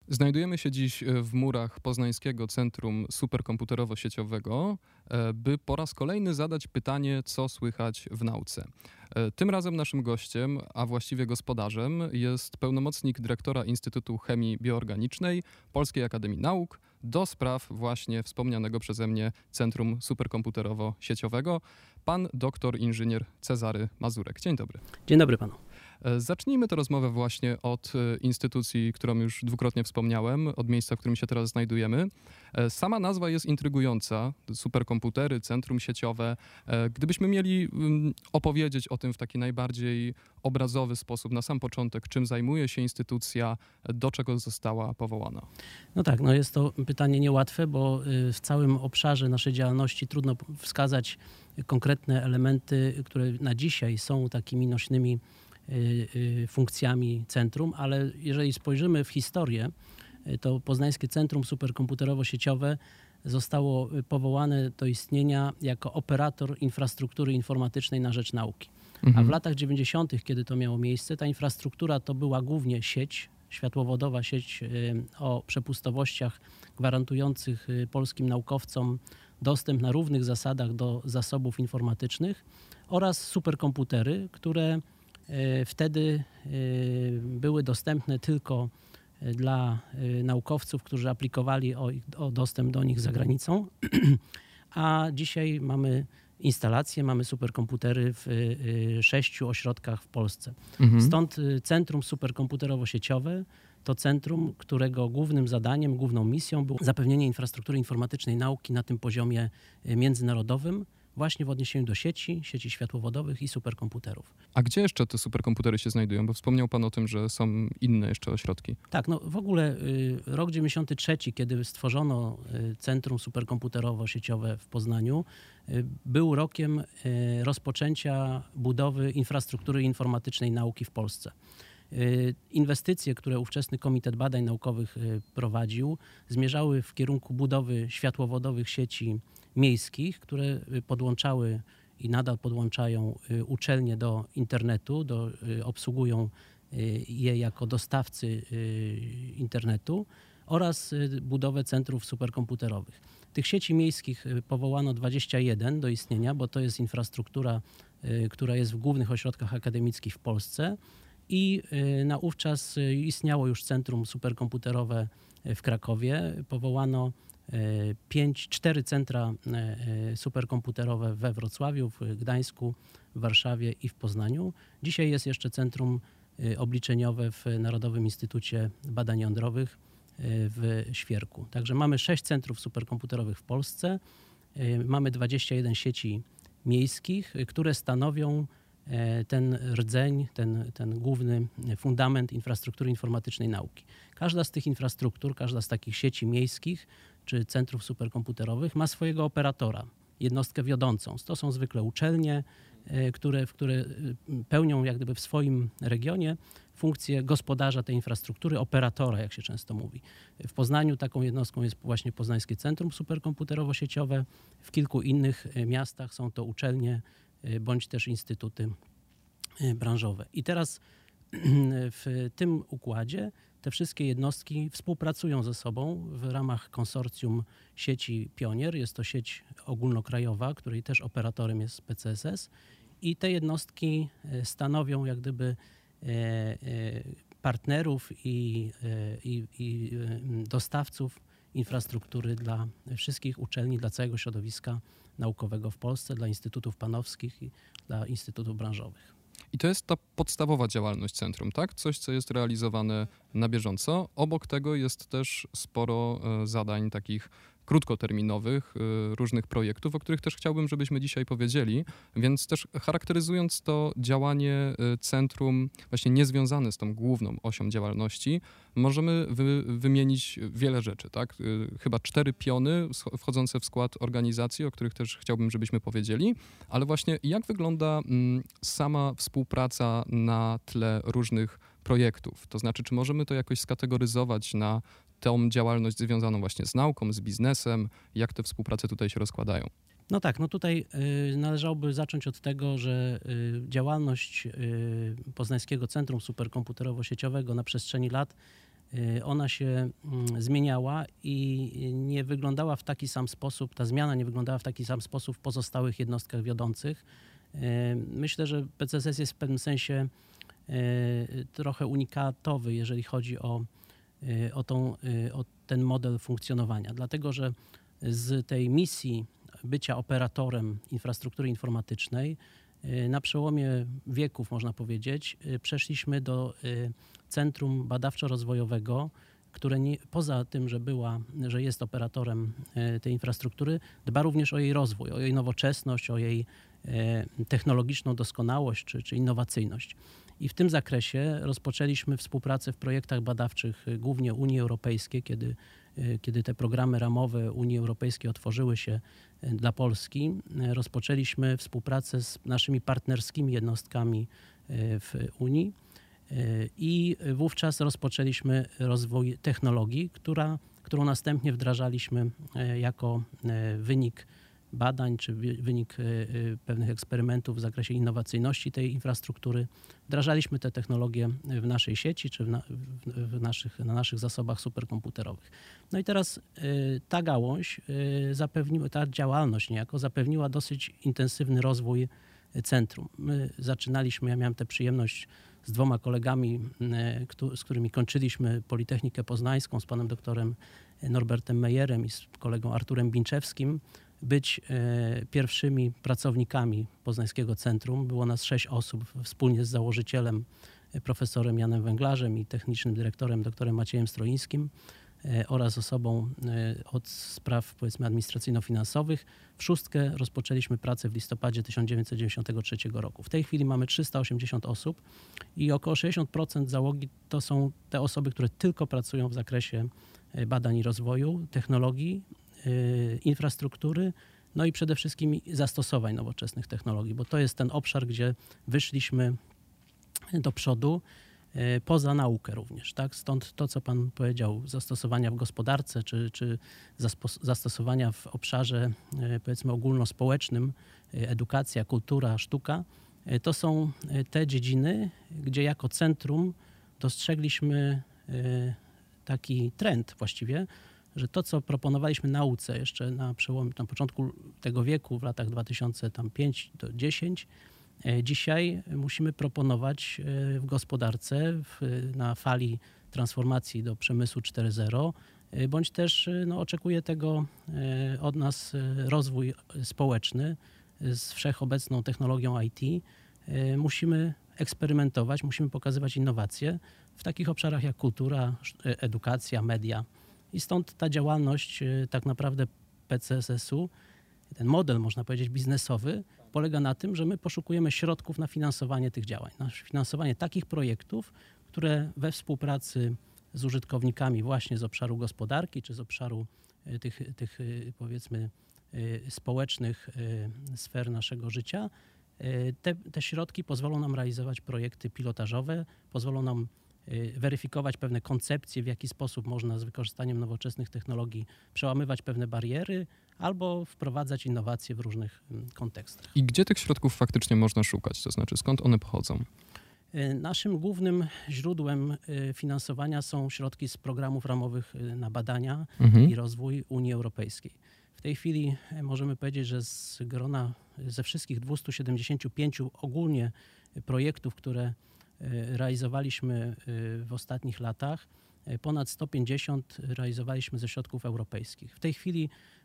Znajdujemy się dziś w murach Poznańskiego Centrum Superkomputerowo-Sieciowego, by po raz kolejny zadać pytanie, co słychać w nauce. Tym razem naszym gościem, a właściwie gospodarzem, jest pełnomocnik dyrektora Instytutu Chemii Bioorganicznej Polskiej Akademii Nauk do spraw właśnie wspomnianego przeze mnie Centrum Superkomputerowo-Sieciowego, pan doktor inżynier Cezary Mazurek. Dzień dobry. Dzień dobry panu. Zacznijmy tę rozmowę właśnie od instytucji, którą już dwukrotnie wspomniałem, od miejsca, w którym się teraz znajdujemy. Sama nazwa jest intrygująca, superkomputery, centrum sieciowe. Gdybyśmy mieli opowiedzieć o tym w taki najbardziej obrazowy sposób, na sam początek, czym zajmuje się instytucja, do czego została powołana? No tak, jest to pytanie niełatwe, bo w całym obszarze naszej działalności trudno wskazać konkretne elementy, które na dzisiaj są takimi nośnymi funkcjami centrum, ale jeżeli spojrzymy w historię, to Poznańskie Centrum Superkomputerowo-Sieciowe zostało powołane do istnienia jako operator infrastruktury informatycznej na rzecz nauki. A w latach 90., kiedy to miało miejsce, ta infrastruktura to była głównie sieć, światłowodowa sieć o przepustowościach gwarantujących polskim naukowcom dostęp na równych zasadach do zasobów informatycznych oraz superkomputery, które wtedy były dostępne tylko dla naukowców, którzy aplikowali o dostęp do nich za granicą, a dzisiaj mamy instalacje, mamy superkomputery w 6 ośrodkach w Polsce. Stąd Centrum Superkomputerowo-Sieciowe to centrum, którego głównym zadaniem, główną misją było zapewnienie infrastruktury informatycznej nauki na tym poziomie międzynarodowym, właśnie w odniesieniu do sieci światłowodowych i superkomputerów. A gdzie jeszcze te superkomputery się znajdują? Bo wspomniał pan o tym, że są inne jeszcze ośrodki. Tak, w ogóle rok 93, kiedy stworzono Centrum Superkomputerowo-Sieciowe w Poznaniu, był rokiem rozpoczęcia budowy infrastruktury informatycznej nauki w Polsce. Inwestycje, które ówczesny Komitet Badań Naukowych prowadził, zmierzały w kierunku budowy światłowodowych sieci miejskich, które podłączały i nadal podłączają uczelnie do internetu, obsługują je jako dostawcy internetu oraz budowę centrów superkomputerowych. Tych sieci miejskich powołano 21 do istnienia, bo to jest infrastruktura, która jest w głównych ośrodkach akademickich w Polsce. I naówczas istniało już centrum superkomputerowe w Krakowie. Powołano 4 centra superkomputerowe we Wrocławiu, w Gdańsku, w Warszawie i w Poznaniu. Dzisiaj jest jeszcze centrum obliczeniowe w Narodowym Instytucie Badań Jądrowych w Świerku. Także mamy 6 centrów superkomputerowych w Polsce. Mamy 21 sieci miejskich, które stanowią ten rdzeń, ten główny fundament infrastruktury informatycznej nauki. Każda z tych infrastruktur, każda z takich sieci miejskich czy centrów superkomputerowych ma swojego operatora, jednostkę wiodącą. To są zwykle uczelnie, które pełnią jak gdyby w swoim regionie funkcję gospodarza tej infrastruktury, operatora, jak się często mówi. W Poznaniu taką jednostką jest właśnie Poznańskie Centrum Superkomputerowo-Sieciowe. W kilku innych miastach są to uczelnie bądź też instytuty branżowe. I teraz w tym układzie te wszystkie jednostki współpracują ze sobą w ramach konsorcjum sieci Pionier. Jest to sieć ogólnokrajowa, której też operatorem jest PCSS i te jednostki stanowią jak gdyby partnerów i dostawców infrastruktury dla wszystkich uczelni, dla całego środowiska naukowego w Polsce, dla instytutów panowskich i dla instytutów branżowych. I to jest ta podstawowa działalność centrum, tak? Coś, co jest realizowane na bieżąco. Obok tego jest też sporo zadań takich krótkoterminowych, różnych projektów, o których też chciałbym, żebyśmy dzisiaj powiedzieli, więc też charakteryzując to działanie centrum właśnie niezwiązane z tą główną osią działalności, możemy wymienić wiele rzeczy, tak? Chyba 4 piony wchodzące w skład organizacji, o których też chciałbym, żebyśmy powiedzieli, ale właśnie jak wygląda sama współpraca na tle różnych projektów? To znaczy, czy możemy to jakoś skategoryzować na tą działalność związaną właśnie z nauką, z biznesem? Jak te współprace tutaj się rozkładają? No tak, tutaj należałoby zacząć od tego, że działalność Poznańskiego Centrum Superkomputerowo-Sieciowego na przestrzeni lat ona się zmieniała i nie wyglądała w taki sam sposób, ta zmiana nie wyglądała w taki sam sposób w pozostałych jednostkach wiodących. Myślę, że PCSS jest w pewnym sensie trochę unikatowy, jeżeli chodzi o ten model funkcjonowania, dlatego że z tej misji bycia operatorem infrastruktury informatycznej na przełomie wieków, można powiedzieć, przeszliśmy do centrum badawczo-rozwojowego, które poza tym, że jest operatorem tej infrastruktury, dba również o jej rozwój, o jej nowoczesność, o jej technologiczną doskonałość czy innowacyjność. I w tym zakresie rozpoczęliśmy współpracę w projektach badawczych głównie Unii Europejskiej, kiedy te programy ramowe Unii Europejskiej otworzyły się dla Polski. Rozpoczęliśmy współpracę z naszymi partnerskimi jednostkami w Unii i wówczas rozpoczęliśmy rozwój technologii, którą następnie wdrażaliśmy jako wynik badań czy wynik pewnych eksperymentów w zakresie innowacyjności tej infrastruktury. Wdrażaliśmy te technologie w naszej sieci czy na naszych zasobach superkomputerowych. No i teraz ta gałąź ta działalność niejako zapewniła dosyć intensywny rozwój centrum. My zaczynaliśmy, ja miałem tę przyjemność z 2 kolegami, z którymi kończyliśmy Politechnikę Poznańską, z panem doktorem Norbertem Mejerem i z kolegą Arturem Binczewskim, być pierwszymi pracownikami Poznańskiego Centrum. Było nas 6 osób wspólnie z założycielem profesorem Janem Węglarzem i technicznym dyrektorem doktorem Maciejem Stroińskim oraz osobą od spraw, powiedzmy, administracyjno-finansowych. W 6 rozpoczęliśmy pracę w listopadzie 1993 roku. W tej chwili mamy 380 osób i około 60% załogi to są te osoby, które tylko pracują w zakresie badań i rozwoju, technologii, infrastruktury, no i przede wszystkim zastosowań nowoczesnych technologii, bo to jest ten obszar, gdzie wyszliśmy do przodu poza naukę również. Tak? Stąd to, co pan powiedział, zastosowania w gospodarce czy zastosowania w obszarze, powiedzmy, ogólnospołecznym, edukacja, kultura, sztuka, to są te dziedziny, gdzie jako centrum dostrzegliśmy taki trend właściwie, że to, co proponowaliśmy nauce jeszcze na początku tego wieku, w latach 2005 do 2010, dzisiaj musimy proponować w gospodarce na fali transformacji do przemysłu 4.0, bądź też oczekuje tego od nas rozwój społeczny z wszechobecną technologią IT. Musimy eksperymentować, musimy pokazywać innowacje w takich obszarach jak kultura, edukacja, media. I stąd ta działalność tak naprawdę PCSS-u, ten model, można powiedzieć, biznesowy, polega na tym, że my poszukujemy środków na finansowanie tych działań, na finansowanie takich projektów, które we współpracy z użytkownikami właśnie z obszaru gospodarki czy z obszaru tych powiedzmy społecznych sfer naszego życia, te środki pozwolą nam realizować projekty pilotażowe, pozwolą nam weryfikować pewne koncepcje, w jaki sposób można z wykorzystaniem nowoczesnych technologii przełamywać pewne bariery albo wprowadzać innowacje w różnych kontekstach. I gdzie tych środków faktycznie można szukać? To znaczy, skąd one pochodzą? Naszym głównym źródłem finansowania są środki z programów ramowych na badania i rozwój Unii Europejskiej. W tej chwili możemy powiedzieć, że ze wszystkich 275 ogólnie projektów, które realizowaliśmy w ostatnich latach, ponad 150 realizowaliśmy ze środków europejskich. W tej chwili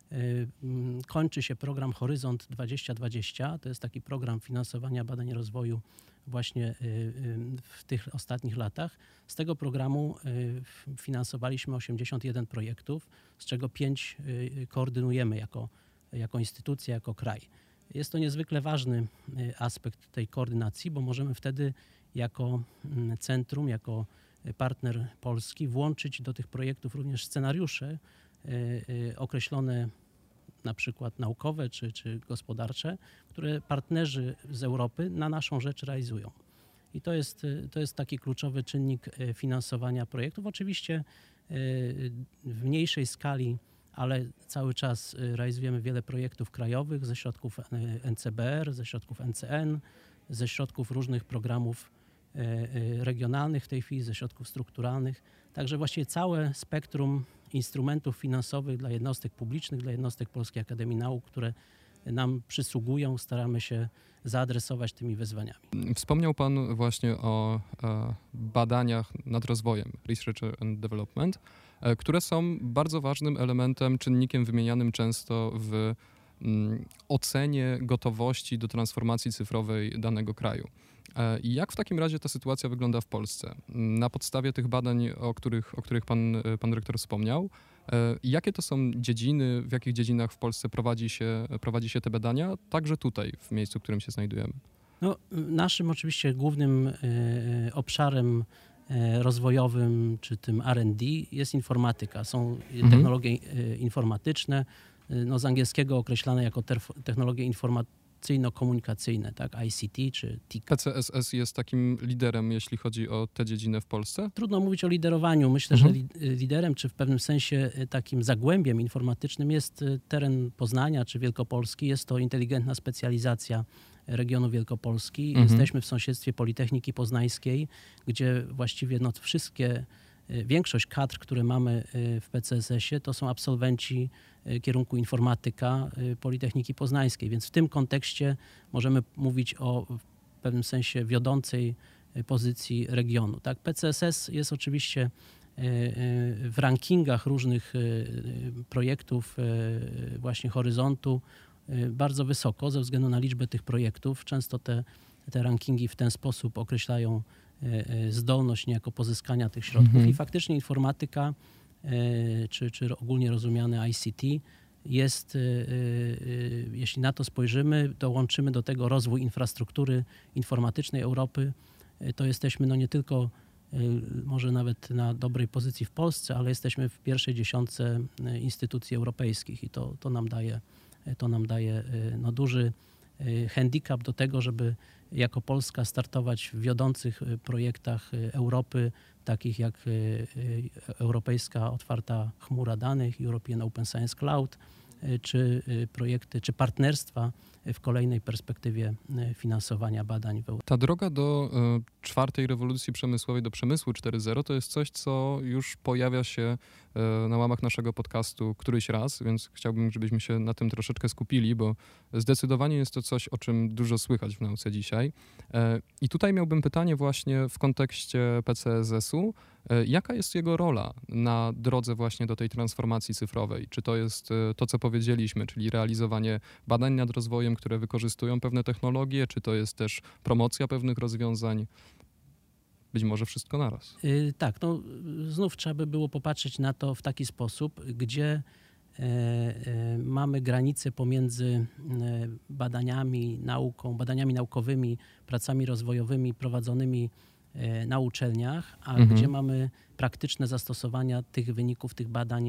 kończy się program Horyzont 2020. To jest taki program finansowania badań i rozwoju właśnie w tych ostatnich latach. Z tego programu finansowaliśmy 81 projektów, z czego 5 koordynujemy jako instytucja, jako kraj. Jest to niezwykle ważny aspekt tej koordynacji, bo możemy wtedy jako centrum, jako partner polski włączyć do tych projektów również scenariusze określone, na przykład naukowe czy gospodarcze, które partnerzy z Europy na naszą rzecz realizują. I to jest taki kluczowy czynnik finansowania projektów. Oczywiście w mniejszej skali, ale cały czas realizujemy wiele projektów krajowych ze środków NCBR, ze środków NCN, ze środków różnych programów regionalnych w tej chwili, ze środków strukturalnych. Także właściwie całe spektrum instrumentów finansowych dla jednostek publicznych, dla jednostek Polskiej Akademii Nauk, które nam przysługują, staramy się zaadresować tymi wyzwaniami. Wspomniał Pan właśnie o badaniach nad rozwojem, Research and Development, które są bardzo ważnym elementem, czynnikiem wymienianym często w ocenie gotowości do transformacji cyfrowej danego kraju. I jak w takim razie ta sytuacja wygląda w Polsce? Na podstawie tych badań, o których pan dyrektor wspomniał, jakie to są dziedziny, w jakich dziedzinach w Polsce prowadzi się te badania, także tutaj, w miejscu, w którym się znajdujemy? No, naszym oczywiście głównym obszarem rozwojowym, czy tym R&D jest informatyka. Są technologie informatyczne, no z angielskiego określane jako technologie informacyjno-komunikacyjne, tak, ICT czy TIC. PCSS jest takim liderem, jeśli chodzi o tę dziedzinę w Polsce? Trudno mówić o liderowaniu. Myślę, że liderem, czy w pewnym sensie takim zagłębiem informatycznym jest teren Poznania czy Wielkopolski. Jest to inteligentna specjalizacja regionu Wielkopolski. Jesteśmy w sąsiedztwie Politechniki Poznańskiej, gdzie właściwie większość kadr, które mamy w PCSS-ie, to są absolwenci kierunku informatyka Politechniki Poznańskiej, więc w tym kontekście możemy mówić o w pewnym sensie wiodącej pozycji regionu. Tak? PCSS jest oczywiście w rankingach różnych projektów właśnie Horyzontu bardzo wysoko ze względu na liczbę tych projektów. Często te rankingi w ten sposób określają zdolność niejako pozyskania tych środków i faktycznie informatyka, czy ogólnie rozumiane ICT jest, jeśli na to spojrzymy, dołączymy do tego rozwój infrastruktury informatycznej Europy, to jesteśmy nie tylko może nawet na dobrej pozycji w Polsce, ale jesteśmy w pierwszej dziesiątce instytucji europejskich i to nam daje duży handicap do tego, żeby jako Polska startować w wiodących projektach Europy, takich jak Europejska Otwarta Chmura Danych, European Open Science Cloud, czy projekty, czy partnerstwa w kolejnej perspektywie finansowania badań w Europie. Ta droga do czwartej rewolucji przemysłowej, do przemysłu 4.0, to jest coś, co już pojawia się na łamach naszego podcastu któryś raz, więc chciałbym, żebyśmy się na tym troszeczkę skupili, bo zdecydowanie jest to coś, o czym dużo słychać w nauce dzisiaj. I tutaj miałbym pytanie właśnie w kontekście PCSS-u. Jaka jest jego rola na drodze właśnie do tej transformacji cyfrowej? Czy to jest to, co powiedzieliśmy, czyli realizowanie badań nad rozwojem, które wykorzystują pewne technologie, czy to jest też promocja pewnych rozwiązań? Być może wszystko naraz. Tak, znów trzeba by było popatrzeć na to w taki sposób, gdzie mamy granicę pomiędzy badaniami naukowymi, pracami rozwojowymi prowadzonymi na uczelniach, a gdzie mamy praktyczne zastosowania tych wyników, tych badań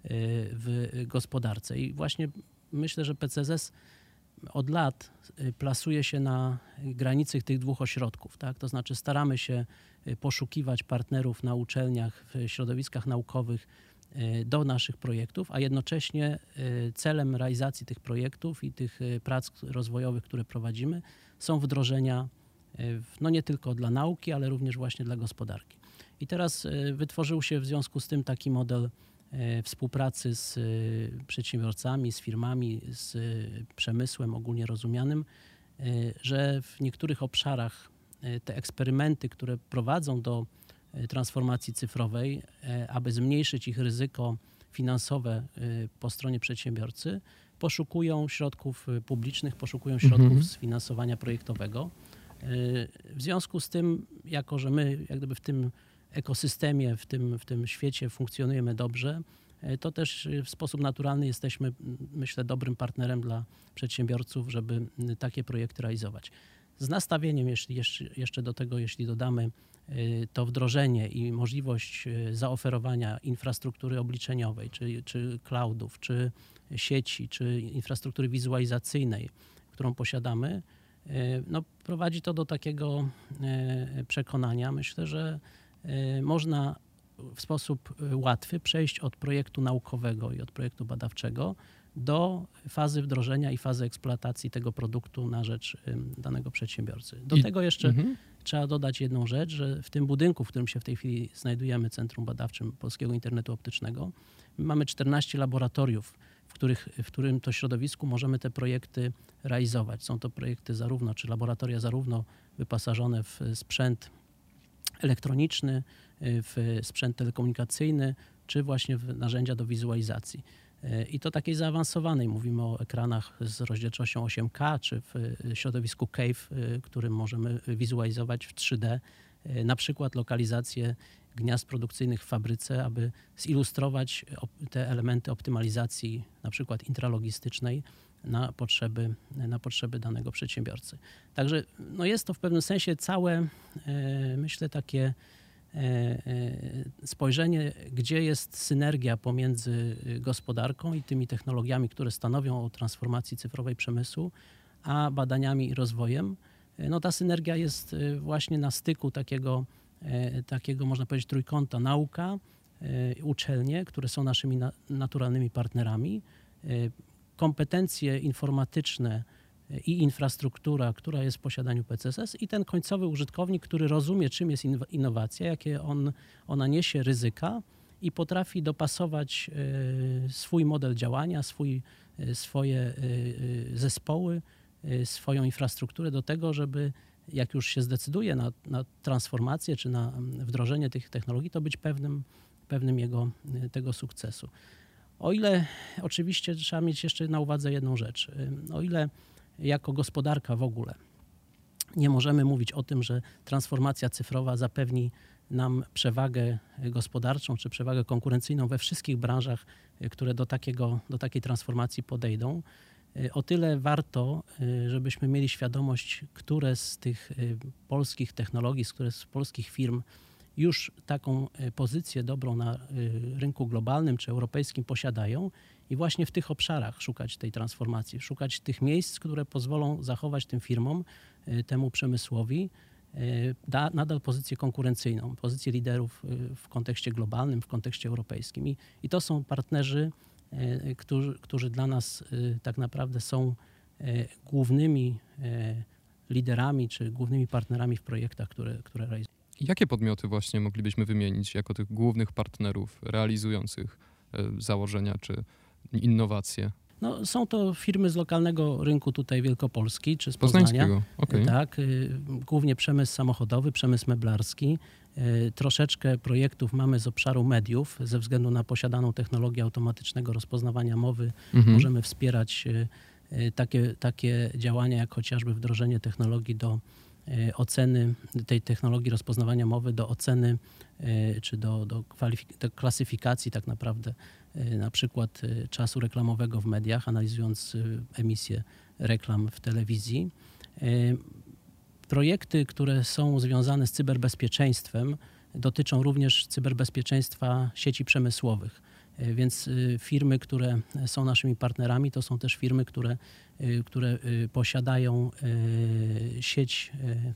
w gospodarce. I właśnie myślę, że PCSS od lat plasuje się na granicy tych dwóch ośrodków. Tak? To znaczy staramy się poszukiwać partnerów na uczelniach, w środowiskach naukowych do naszych projektów, a jednocześnie celem realizacji tych projektów i tych prac rozwojowych, które prowadzimy, są wdrożenia nie tylko dla nauki, ale również właśnie dla gospodarki. I teraz wytworzył się w związku z tym taki model współpracy z przedsiębiorcami, z firmami, z przemysłem ogólnie rozumianym, że w niektórych obszarach te eksperymenty, które prowadzą do transformacji cyfrowej, aby zmniejszyć ich ryzyko finansowe po stronie przedsiębiorcy, poszukują środków publicznych, poszukują środków z finansowania projektowego. W związku z tym, jako że my jak gdyby w tym ekosystemie, w tym świecie funkcjonujemy dobrze, to też w sposób naturalny jesteśmy, myślę, dobrym partnerem dla przedsiębiorców, żeby takie projekty realizować. Z nastawieniem, jeszcze do tego, jeśli dodamy to wdrożenie i możliwość zaoferowania infrastruktury obliczeniowej, czy cloudów, czy sieci, czy infrastruktury wizualizacyjnej, którą posiadamy, prowadzi to do takiego przekonania, myślę, że można w sposób łatwy przejść od projektu naukowego i od projektu badawczego do fazy wdrożenia i fazy eksploatacji tego produktu na rzecz danego przedsiębiorcy. Do tego jeszcze trzeba dodać jedną rzecz, że w tym budynku, w którym się w tej chwili znajdujemy, Centrum Badawczym Polskiego Internetu Optycznego, mamy 14 laboratoriów, w którym to środowisku możemy te projekty realizować. Są to projekty czy laboratoria zarówno wyposażone w sprzęt elektroniczny, w sprzęt telekomunikacyjny, czy właśnie w narzędzia do wizualizacji. I to takiej zaawansowanej. Mówimy o ekranach z rozdzielczością 8K, czy w środowisku CAVE, którym możemy wizualizować w 3D na przykład lokalizację gniazd produkcyjnych w fabryce, aby zilustrować te elementy optymalizacji na przykład intralogistycznej na potrzeby danego przedsiębiorcy. Także jest to w pewnym sensie całe, myślę, takie spojrzenie, gdzie jest synergia pomiędzy gospodarką i tymi technologiami, które stanowią o transformacji cyfrowej przemysłu, a badaniami i rozwojem. Ta synergia jest właśnie na styku takiego można powiedzieć trójkąta: nauka, uczelnie, które są naszymi naturalnymi partnerami, kompetencje informatyczne i infrastruktura, która jest w posiadaniu PCSS, i ten końcowy użytkownik, który rozumie, czym jest innowacja, jakie ona niesie ryzyka i potrafi dopasować swój model działania, swoje zespoły, swoją infrastrukturę do tego, żeby jak już się zdecyduje na transformację czy na wdrożenie tych technologii, to być pewnym tego sukcesu. O ile oczywiście trzeba mieć jeszcze na uwadze jedną rzecz. O ile jako gospodarka w ogóle nie możemy mówić o tym, że transformacja cyfrowa zapewni nam przewagę gospodarczą czy przewagę konkurencyjną we wszystkich branżach, które do takiej transformacji podejdą, o tyle warto, żebyśmy mieli świadomość, które z tych polskich technologii, które z polskich firm już taką pozycję dobrą na rynku globalnym czy europejskim posiadają i właśnie w tych obszarach szukać tej transformacji, szukać tych miejsc, które pozwolą zachować tym firmom, temu przemysłowi nadal pozycję konkurencyjną, pozycję liderów w kontekście globalnym, w kontekście europejskim. I to są partnerzy, którzy dla nas tak naprawdę są głównymi liderami czy głównymi partnerami w projektach, które realizujemy. Jakie podmioty właśnie moglibyśmy wymienić jako tych głównych partnerów realizujących założenia czy innowacje? Są to firmy z lokalnego rynku tutaj Wielkopolski czy z Poznania. Poznańskiego, okej. Tak, głównie przemysł samochodowy, przemysł meblarski. Troszeczkę projektów mamy z obszaru mediów. Ze względu na posiadaną technologię automatycznego rozpoznawania mowy możemy wspierać takie działania, jak chociażby wdrożenie technologii do oceny tej technologii rozpoznawania mowy, do oceny czy do klasyfikacji tak naprawdę na przykład czasu reklamowego w mediach, analizując emisję reklam w telewizji. Projekty, które są związane z cyberbezpieczeństwem, dotyczą również cyberbezpieczeństwa sieci przemysłowych. Więc firmy, które są naszymi partnerami, to są też firmy, które posiadają sieć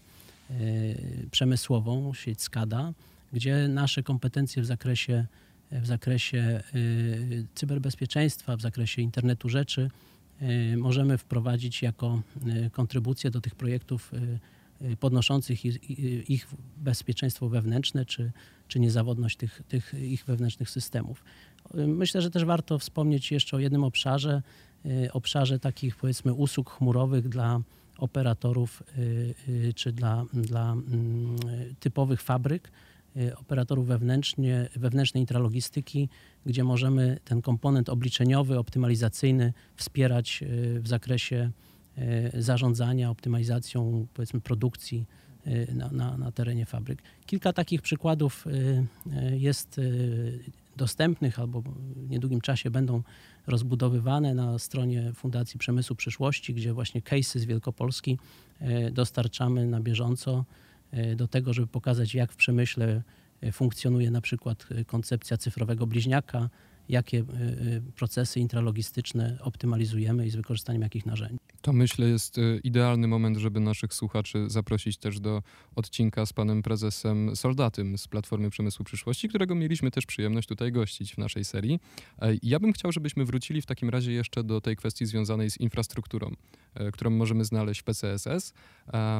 przemysłową, sieć SCADA, gdzie nasze kompetencje w zakresie cyberbezpieczeństwa, w zakresie internetu rzeczy możemy wprowadzić jako kontrybucję do tych projektów podnoszących ich bezpieczeństwo wewnętrzne czy niezawodność tych ich wewnętrznych systemów. Myślę, że też warto wspomnieć jeszcze o jednym obszarze takich, powiedzmy, usług chmurowych dla operatorów czy dla typowych fabryk, operatorów wewnętrznej intralogistyki, gdzie możemy ten komponent obliczeniowy, optymalizacyjny wspierać w zakresie zarządzania optymalizacją, powiedzmy, produkcji na terenie fabryk. Kilka takich przykładów jest dostępnych albo w niedługim czasie będą rozbudowywane na stronie Fundacji Przemysłu Przyszłości, gdzie właśnie case'y z Wielkopolski dostarczamy na bieżąco do tego, żeby pokazać, jak w przemyśle funkcjonuje na przykład koncepcja cyfrowego bliźniaka, jakie procesy intralogistyczne optymalizujemy i z wykorzystaniem jakich narzędzi. To myślę jest idealny moment, żeby naszych słuchaczy zaprosić też do odcinka z panem prezesem Soldatym z Platformy Przemysłu Przyszłości, którego mieliśmy też przyjemność tutaj gościć w naszej serii. Ja bym chciał, żebyśmy wrócili w takim razie jeszcze do tej kwestii związanej z infrastrukturą, którą możemy znaleźć w PCSS.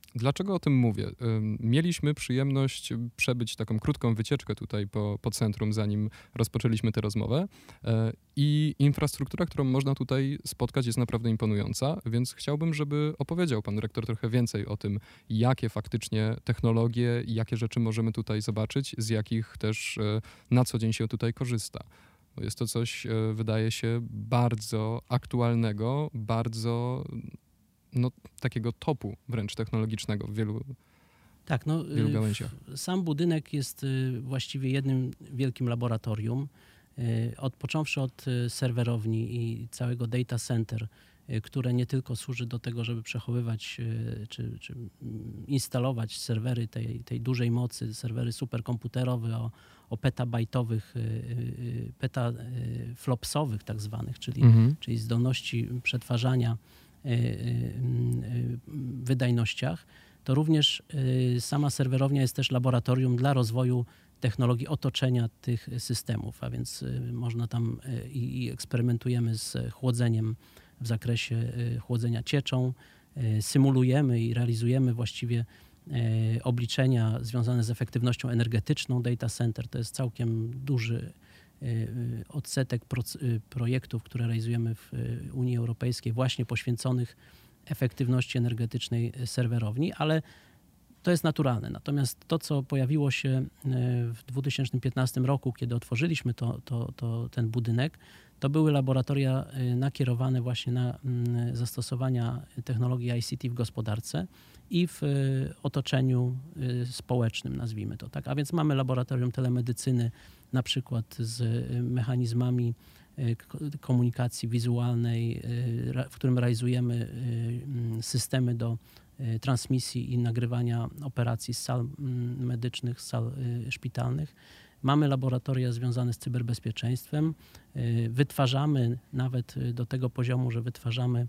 Dlaczego o tym mówię? Mieliśmy przyjemność przebyć taką krótką wycieczkę tutaj po centrum, zanim rozpoczęliśmy tę rozmowę i infrastruktura, którą można tutaj spotkać, jest naprawdę imponująca, więc chciałbym, żeby opowiedział pan rektor trochę więcej o tym, jakie faktycznie technologie, jakie rzeczy możemy tutaj zobaczyć, z jakich też na co dzień się tutaj korzysta. Jest to coś, wydaje się, bardzo aktualnego, bardzo takiego topu wręcz technologicznego w wielu gałęziach. Sam budynek jest właściwie jednym wielkim laboratorium. Począwszy od serwerowni i całego data center, które nie tylko służy do tego, żeby przechowywać czy instalować serwery tej dużej mocy, serwery superkomputerowe o petabajtowych, petaflopsowych tak zwanych, czyli zdolności przetwarzania wydajnościach, to również sama serwerownia jest też laboratorium dla rozwoju technologii otoczenia tych systemów, a więc można tam i eksperymentujemy z chłodzeniem w zakresie chłodzenia cieczą, symulujemy i realizujemy właściwie obliczenia związane z efektywnością energetyczną data center. To jest całkiem duży odsetek projektów, które realizujemy w Unii Europejskiej, właśnie poświęconych efektywności energetycznej serwerowni, ale to jest naturalne. Natomiast to, co pojawiło się w 2015 roku, kiedy otworzyliśmy ten budynek, to były laboratoria nakierowane właśnie na zastosowania technologii ICT w gospodarce i w otoczeniu społecznym, nazwijmy to tak. A więc mamy laboratorium telemedycyny, na przykład z mechanizmami komunikacji wizualnej, w którym realizujemy systemy do transmisji i nagrywania operacji z sal medycznych, z sal szpitalnych. Mamy laboratoria związane z cyberbezpieczeństwem. Wytwarzamy nawet do tego poziomu, że wytwarzamy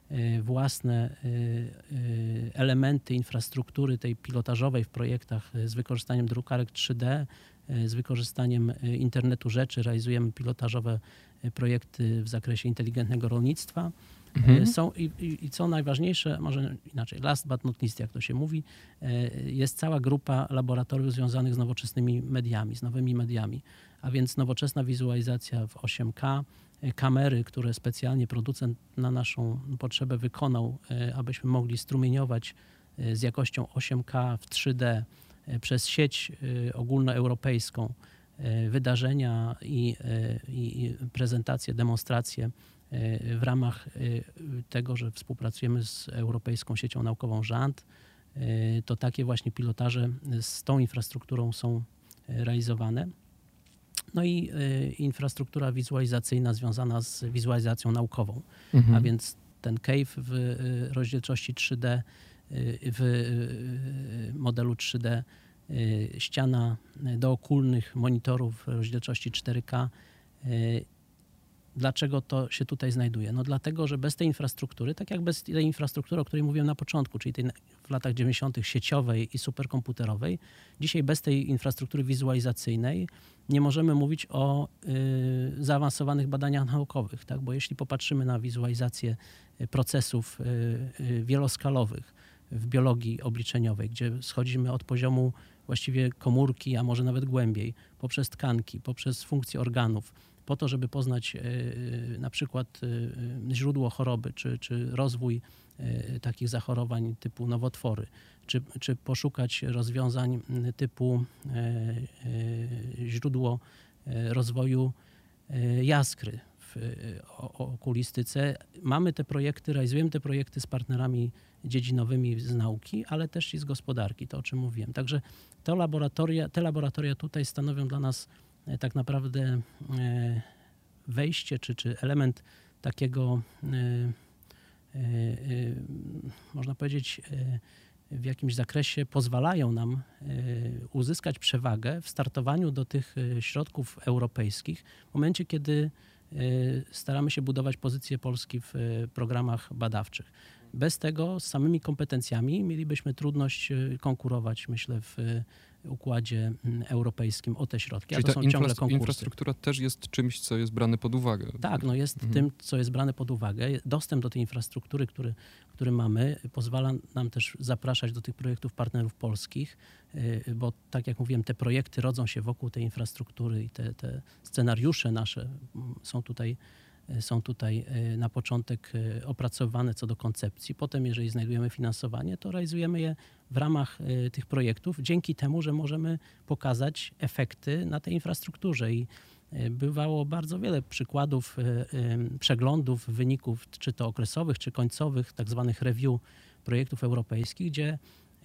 własne elementy infrastruktury tej pilotażowej w projektach z wykorzystaniem drukarek 3D, z wykorzystaniem internetu rzeczy. Realizujemy pilotażowe projekty w zakresie inteligentnego rolnictwa. Są i co najważniejsze, może inaczej, last but not least, jak to się mówi, jest cała grupa laboratoriów związanych z nowoczesnymi mediami, z nowymi mediami, a więc nowoczesna wizualizacja w 8K, kamery, które specjalnie producent na naszą potrzebę wykonał, abyśmy mogli strumieniować z jakością 8K w 3D przez sieć ogólnoeuropejską wydarzenia i prezentacje, demonstracje w ramach tego, że współpracujemy z Europejską Siecią Naukową JANT, to takie właśnie pilotaże z tą infrastrukturą są realizowane. No i infrastruktura wizualizacyjna związana z wizualizacją naukową, a więc ten cave w rozdzielczości 3D, w modelu 3D, ściana dookulnych monitorów w rozdzielczości 4K. Dlaczego to się tutaj znajduje? No dlatego, że bez tej infrastruktury, tak jak bez tej infrastruktury, o której mówiłem na początku, czyli tej w latach 90. sieciowej i superkomputerowej, dzisiaj bez tej infrastruktury wizualizacyjnej nie możemy mówić o zaawansowanych badaniach naukowych, tak? Bo jeśli popatrzymy na wizualizację procesów wieloskalowych w biologii obliczeniowej, gdzie schodzimy od poziomu właściwie komórki, a może nawet głębiej, poprzez tkanki, poprzez funkcje organów, po to, żeby poznać na przykład źródło choroby, czy rozwój takich zachorowań typu nowotwory, czy poszukać rozwiązań typu źródło rozwoju jaskry w okulistyce. Mamy te projekty, realizujemy te projekty z partnerami dziedzinowymi z nauki, ale też i z gospodarki, to o czym mówiłem. Także te laboratoria tutaj stanowią dla nas tak naprawdę wejście, czy element takiego, można powiedzieć, w jakimś zakresie pozwalają nam uzyskać przewagę w startowaniu do tych środków europejskich w momencie, kiedy staramy się budować pozycję Polski w programach badawczych. Bez tego z samymi kompetencjami mielibyśmy trudność konkurować, myślę, w układzie europejskim o te środki. Czyli to ta są ciągle konkursy. infrastruktura też jest czymś, co jest brane pod uwagę. Tak, no jest tym, co jest brane pod uwagę. Dostęp do tej infrastruktury, który mamy, pozwala nam też zapraszać do tych projektów partnerów polskich, bo tak jak mówiłem, te projekty rodzą się wokół tej infrastruktury i te scenariusze nasze są tutaj na początek opracowywane co do koncepcji. Potem, jeżeli znajdujemy finansowanie, to realizujemy je w ramach tych projektów, dzięki temu, że możemy pokazać efekty na tej infrastrukturze. I bywało bardzo wiele przykładów przeglądów wyników, czy to okresowych, czy końcowych, tak zwanych review projektów europejskich, gdzie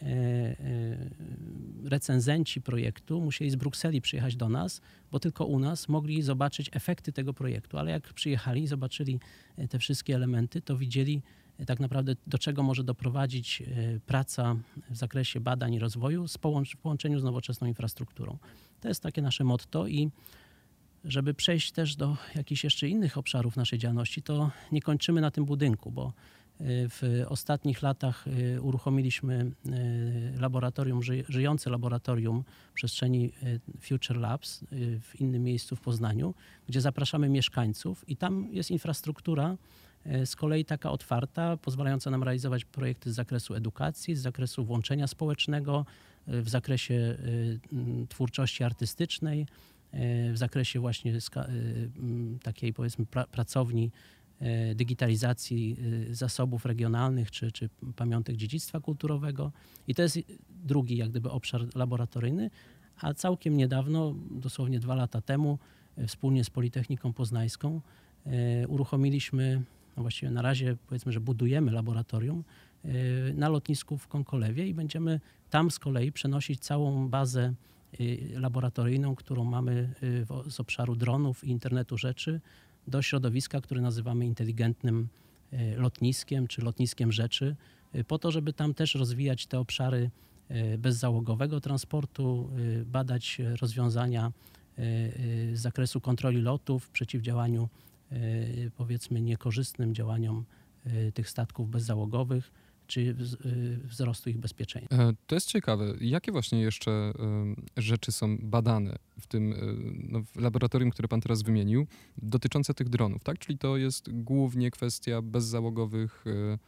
recenzenci projektu musieli z Brukseli przyjechać do nas, bo tylko u nas mogli zobaczyć efekty tego projektu. Ale jak przyjechali i zobaczyli te wszystkie elementy, to widzieli tak naprawdę, do czego może doprowadzić praca w zakresie badań i rozwoju w połączeniu z nowoczesną infrastrukturą. To jest takie nasze motto i żeby przejść też do jakichś jeszcze innych obszarów naszej działalności, to nie kończymy na tym budynku, bo w ostatnich latach uruchomiliśmy laboratorium, żyjące laboratorium w przestrzeni Future Labs w innym miejscu w Poznaniu, gdzie zapraszamy mieszkańców i tam jest infrastruktura z kolei taka otwarta, pozwalająca nam realizować projekty z zakresu edukacji, z zakresu włączenia społecznego, w zakresie twórczości artystycznej, w zakresie właśnie takiej powiedzmy pracowni digitalizacji zasobów regionalnych czy pamiątek dziedzictwa kulturowego. I to jest drugi jak gdyby obszar laboratoryjny, a całkiem niedawno, dosłownie 2 lata temu, wspólnie z Politechniką Poznańską uruchomiliśmy, no właściwie na razie powiedzmy, że budujemy laboratorium na lotnisku w Konkolewie i będziemy tam z kolei przenosić całą bazę laboratoryjną, którą mamy z obszaru dronów i internetu rzeczy do środowiska, które nazywamy inteligentnym lotniskiem czy lotniskiem rzeczy, po to, żeby tam też rozwijać te obszary bezzałogowego transportu, badać rozwiązania z zakresu kontroli lotów, przeciwdziałaniu powiedzmy niekorzystnym działaniom tych statków bezzałogowych, czy wzrostu ich bezpieczeństwa. To jest ciekawe. Jakie właśnie jeszcze rzeczy są badane w tym w laboratorium, które pan teraz wymienił, dotyczące tych dronów, tak? Czyli to jest głównie kwestia bezzałogowych.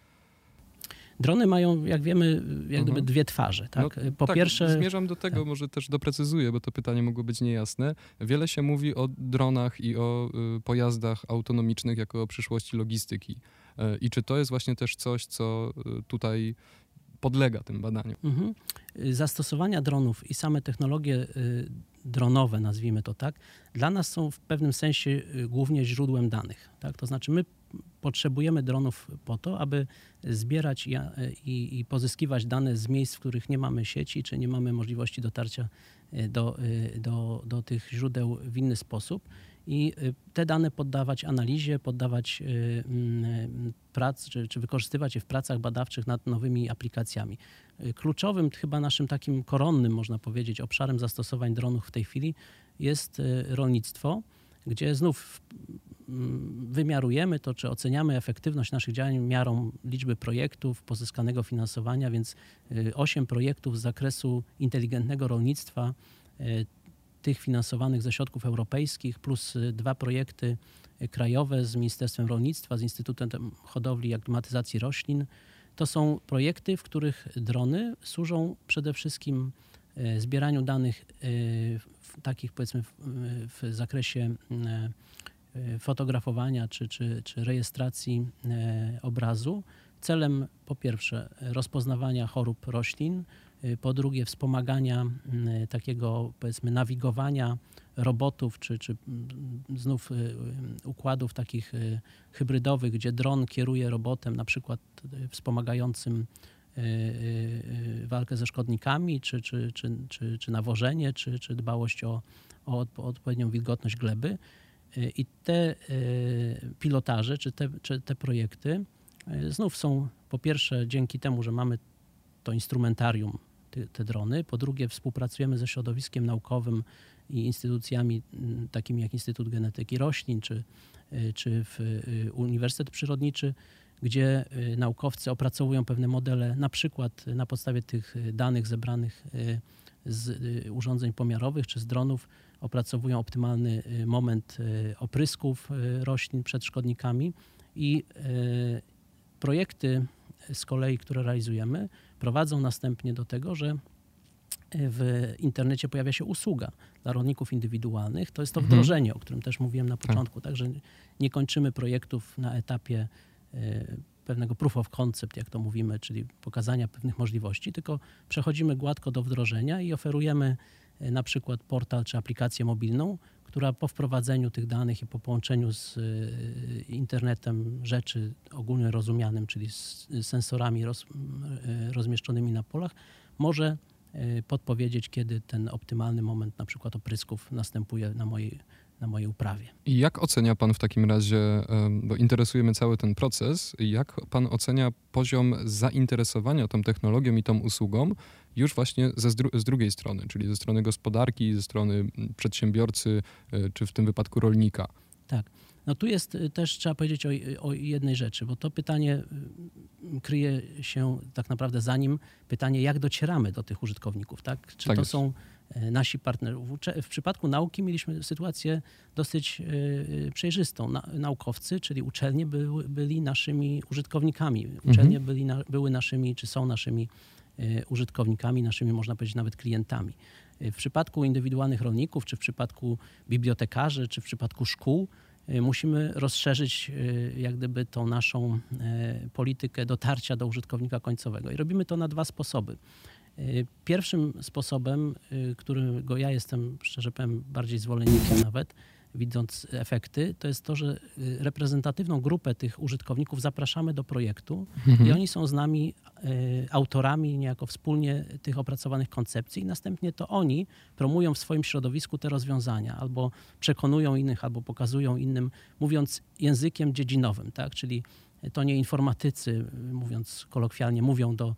Drony mają, jak wiemy, jak gdyby 2 twarze. Tak? No, pierwsze... Zmierzam do tego, może też doprecyzuję, bo to pytanie mogło być niejasne. Wiele się mówi o dronach i o pojazdach autonomicznych jako o przyszłości logistyki. I czy to jest właśnie też coś, co tutaj podlega tym badaniom? Zastosowania dronów i same technologie dronowe, nazwijmy to tak, dla nas są w pewnym sensie głównie źródłem danych. Tak? To znaczy my potrzebujemy dronów po to, aby zbierać i pozyskiwać dane z miejsc, w których nie mamy sieci, czy nie mamy możliwości dotarcia do tych źródeł w inny sposób. I te dane poddawać analizie, poddawać prac, czy wykorzystywać je w pracach badawczych nad nowymi aplikacjami. Kluczowym, chyba naszym takim koronnym, można powiedzieć, obszarem zastosowań dronów w tej chwili jest rolnictwo, gdzie znów wymiarujemy to, czy oceniamy efektywność naszych działań miarą liczby projektów, pozyskanego finansowania, więc 8 projektów z zakresu inteligentnego rolnictwa, tych finansowanych ze środków europejskich, plus 2 projekty krajowe z Ministerstwem Rolnictwa, z Instytutem Hodowli i Aklimatyzacji Roślin. To są projekty, w których drony służą przede wszystkim zbieraniu danych takich powiedzmy w zakresie fotografowania czy rejestracji obrazu celem po pierwsze rozpoznawania chorób roślin, po drugie wspomagania takiego powiedzmy nawigowania robotów czy znów układów takich hybrydowych, gdzie dron kieruje robotem na przykład wspomagającym walkę ze szkodnikami, czy nawożenie, czy dbałość o odpowiednią wilgotność gleby. I te pilotaże, czy te projekty znów są po pierwsze dzięki temu, że mamy to instrumentarium, te drony, po drugie współpracujemy ze środowiskiem naukowym i instytucjami takimi jak Instytut Genetyki Roślin, czy Uniwersytet Przyrodniczy, gdzie naukowcy opracowują pewne modele, na przykład na podstawie tych danych zebranych z urządzeń pomiarowych czy z dronów, opracowują optymalny moment oprysków roślin przed szkodnikami i projekty z kolei, które realizujemy, prowadzą następnie do tego, że w internecie pojawia się usługa dla rolników indywidualnych. To jest to wdrożenie, o którym też mówiłem na początku. Także nie kończymy projektów na etapie pewnego proof of concept, jak to mówimy, czyli pokazania pewnych możliwości, tylko przechodzimy gładko do wdrożenia i oferujemy na przykład portal czy aplikację mobilną, która po wprowadzeniu tych danych i po połączeniu z internetem rzeczy ogólnie rozumianym, czyli z sensorami rozmieszczonymi na polach, może podpowiedzieć, kiedy ten optymalny moment na przykład oprysków następuje na mojej uprawie. I jak ocenia pan w takim razie, bo interesuje mnie cały ten proces, jak pan ocenia poziom zainteresowania tą technologią i tą usługą już właśnie z drugiej strony, czyli ze strony gospodarki, ze strony przedsiębiorcy, czy w tym wypadku rolnika? Tak. No tu jest też, trzeba powiedzieć o jednej rzeczy, bo to pytanie kryje się tak naprawdę za nim pytanie, jak docieramy do tych użytkowników, tak? Czy tak to jest. są nasi partnerzy. W przypadku nauki mieliśmy sytuację dosyć przejrzystą. Naukowcy, czyli uczelnie byli naszymi użytkownikami. Uczelnie były naszymi, czy są naszymi użytkownikami, naszymi, można powiedzieć, nawet klientami. W przypadku indywidualnych rolników, czy w przypadku bibliotekarzy, czy w przypadku szkół musimy rozszerzyć jak gdyby tą naszą politykę dotarcia do użytkownika końcowego. I robimy to na dwa sposoby. Pierwszym sposobem, którego ja jestem, szczerze powiem, bardziej zwolennikiem nawet, widząc efekty, to jest to, że reprezentatywną grupę tych użytkowników zapraszamy do projektu i oni są z nami autorami niejako wspólnie tych opracowanych koncepcji i następnie to oni promują w swoim środowisku te rozwiązania albo przekonują innych, albo pokazują innym, mówiąc językiem dziedzinowym, tak? Czyli to nie informatycy, mówiąc kolokwialnie, mówią do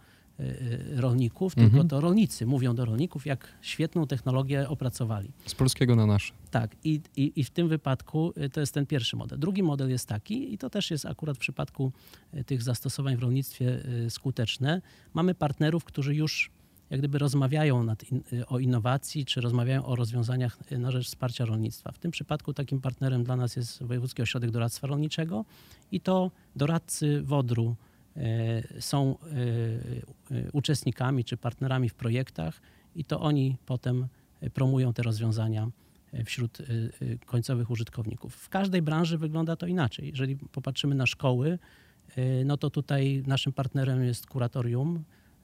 rolników, tylko to rolnicy mówią do rolników, jak świetną technologię opracowali. Z polskiego na nasze. Tak. I w tym wypadku to jest ten pierwszy model. Drugi model jest taki, i to też jest akurat w przypadku tych zastosowań w rolnictwie skuteczne. Mamy partnerów, którzy już jak gdyby rozmawiają o innowacji, czy rozmawiają o rozwiązaniach na rzecz wsparcia rolnictwa. W tym przypadku takim partnerem dla nas jest Wojewódzki Ośrodek Doradztwa Rolniczego i to doradcy WODR-u są uczestnikami czy partnerami w projektach i to oni potem promują te rozwiązania wśród końcowych użytkowników. W każdej branży wygląda to inaczej. Jeżeli popatrzymy na szkoły, no to tutaj naszym partnerem jest kuratorium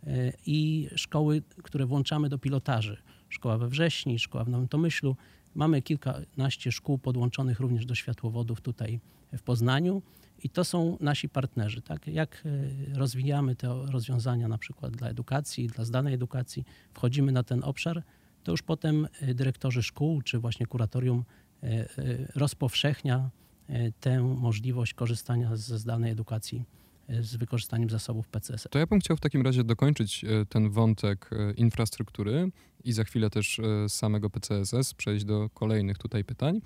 i szkoły, które włączamy do pilotaży. Szkoła we Wrześni, szkoła w Nowym Tomyślu. Mamy kilkanaście szkół podłączonych również do światłowodów tutaj w Poznaniu. I to są nasi partnerzy. Tak? Jak rozwijamy te rozwiązania na przykład dla edukacji, dla zdalnej edukacji, wchodzimy na ten obszar, to już potem dyrektorzy szkół czy właśnie kuratorium rozpowszechnia tę możliwość korzystania ze zdalnej edukacji z wykorzystaniem zasobów PCS. To ja bym chciał w takim razie dokończyć ten wątek infrastruktury i za chwilę też samego PCSS, przejść do kolejnych tutaj pytań.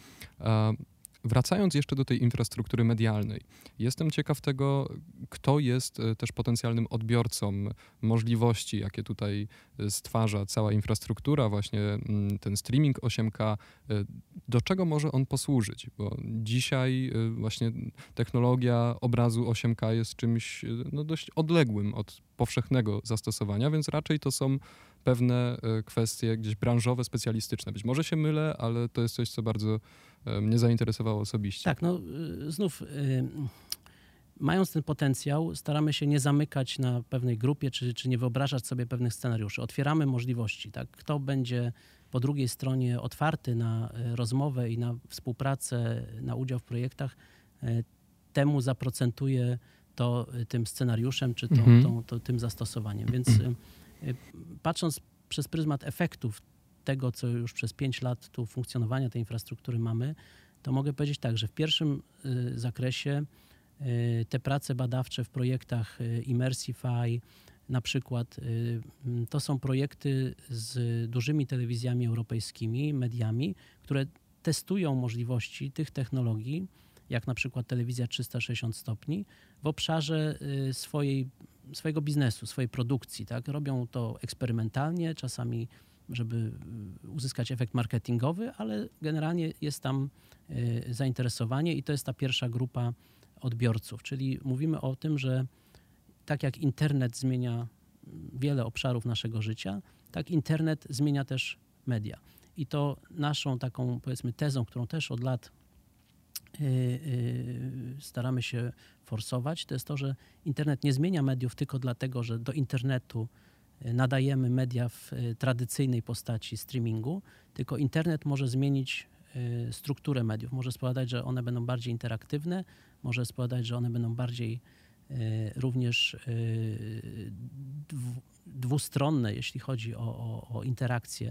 Wracając jeszcze do tej infrastruktury medialnej, jestem ciekaw tego, kto jest też potencjalnym odbiorcą możliwości, jakie tutaj stwarza cała infrastruktura, właśnie ten streaming 8K, do czego może on posłużyć, bo dzisiaj właśnie technologia obrazu 8K jest czymś dość odległym od powszechnego zastosowania, więc raczej to są pewne kwestie gdzieś branżowe, specjalistyczne. Być może się mylę, ale to jest coś, co bardzo mnie zainteresowało osobiście. Tak, no znów mając ten potencjał, staramy się nie zamykać na pewnej grupie, czy nie wyobrażać sobie pewnych scenariuszy. Otwieramy możliwości. Tak? Kto będzie po drugiej stronie otwarty na rozmowę i na współpracę, na udział w projektach, temu zaprocentuje to tym scenariuszem, czy tym zastosowaniem. Więc patrząc przez pryzmat efektów tego, co już przez 5 lat tu funkcjonowania tej infrastruktury mamy, to mogę powiedzieć tak, że w pierwszym zakresie te prace badawcze w projektach Immersify na przykład to są projekty z dużymi telewizjami europejskimi, mediami, które testują możliwości tych technologii jak na przykład telewizja 360 stopni, w obszarze swojego biznesu, swojej produkcji. Tak? Robią to eksperymentalnie, czasami żeby uzyskać efekt marketingowy, ale generalnie jest tam zainteresowanie i to jest ta pierwsza grupa odbiorców. Czyli mówimy o tym, że tak jak internet zmienia wiele obszarów naszego życia, tak internet zmienia też media. I to naszą taką, powiedzmy, tezą, którą też od lat staramy się forsować, to jest to, że internet nie zmienia mediów tylko dlatego, że do internetu nadajemy media w tradycyjnej postaci streamingu, tylko internet może zmienić strukturę mediów. Może spowodować, że one będą bardziej interaktywne, może spowodować, że one będą bardziej również dwustronne, jeśli chodzi o interakcję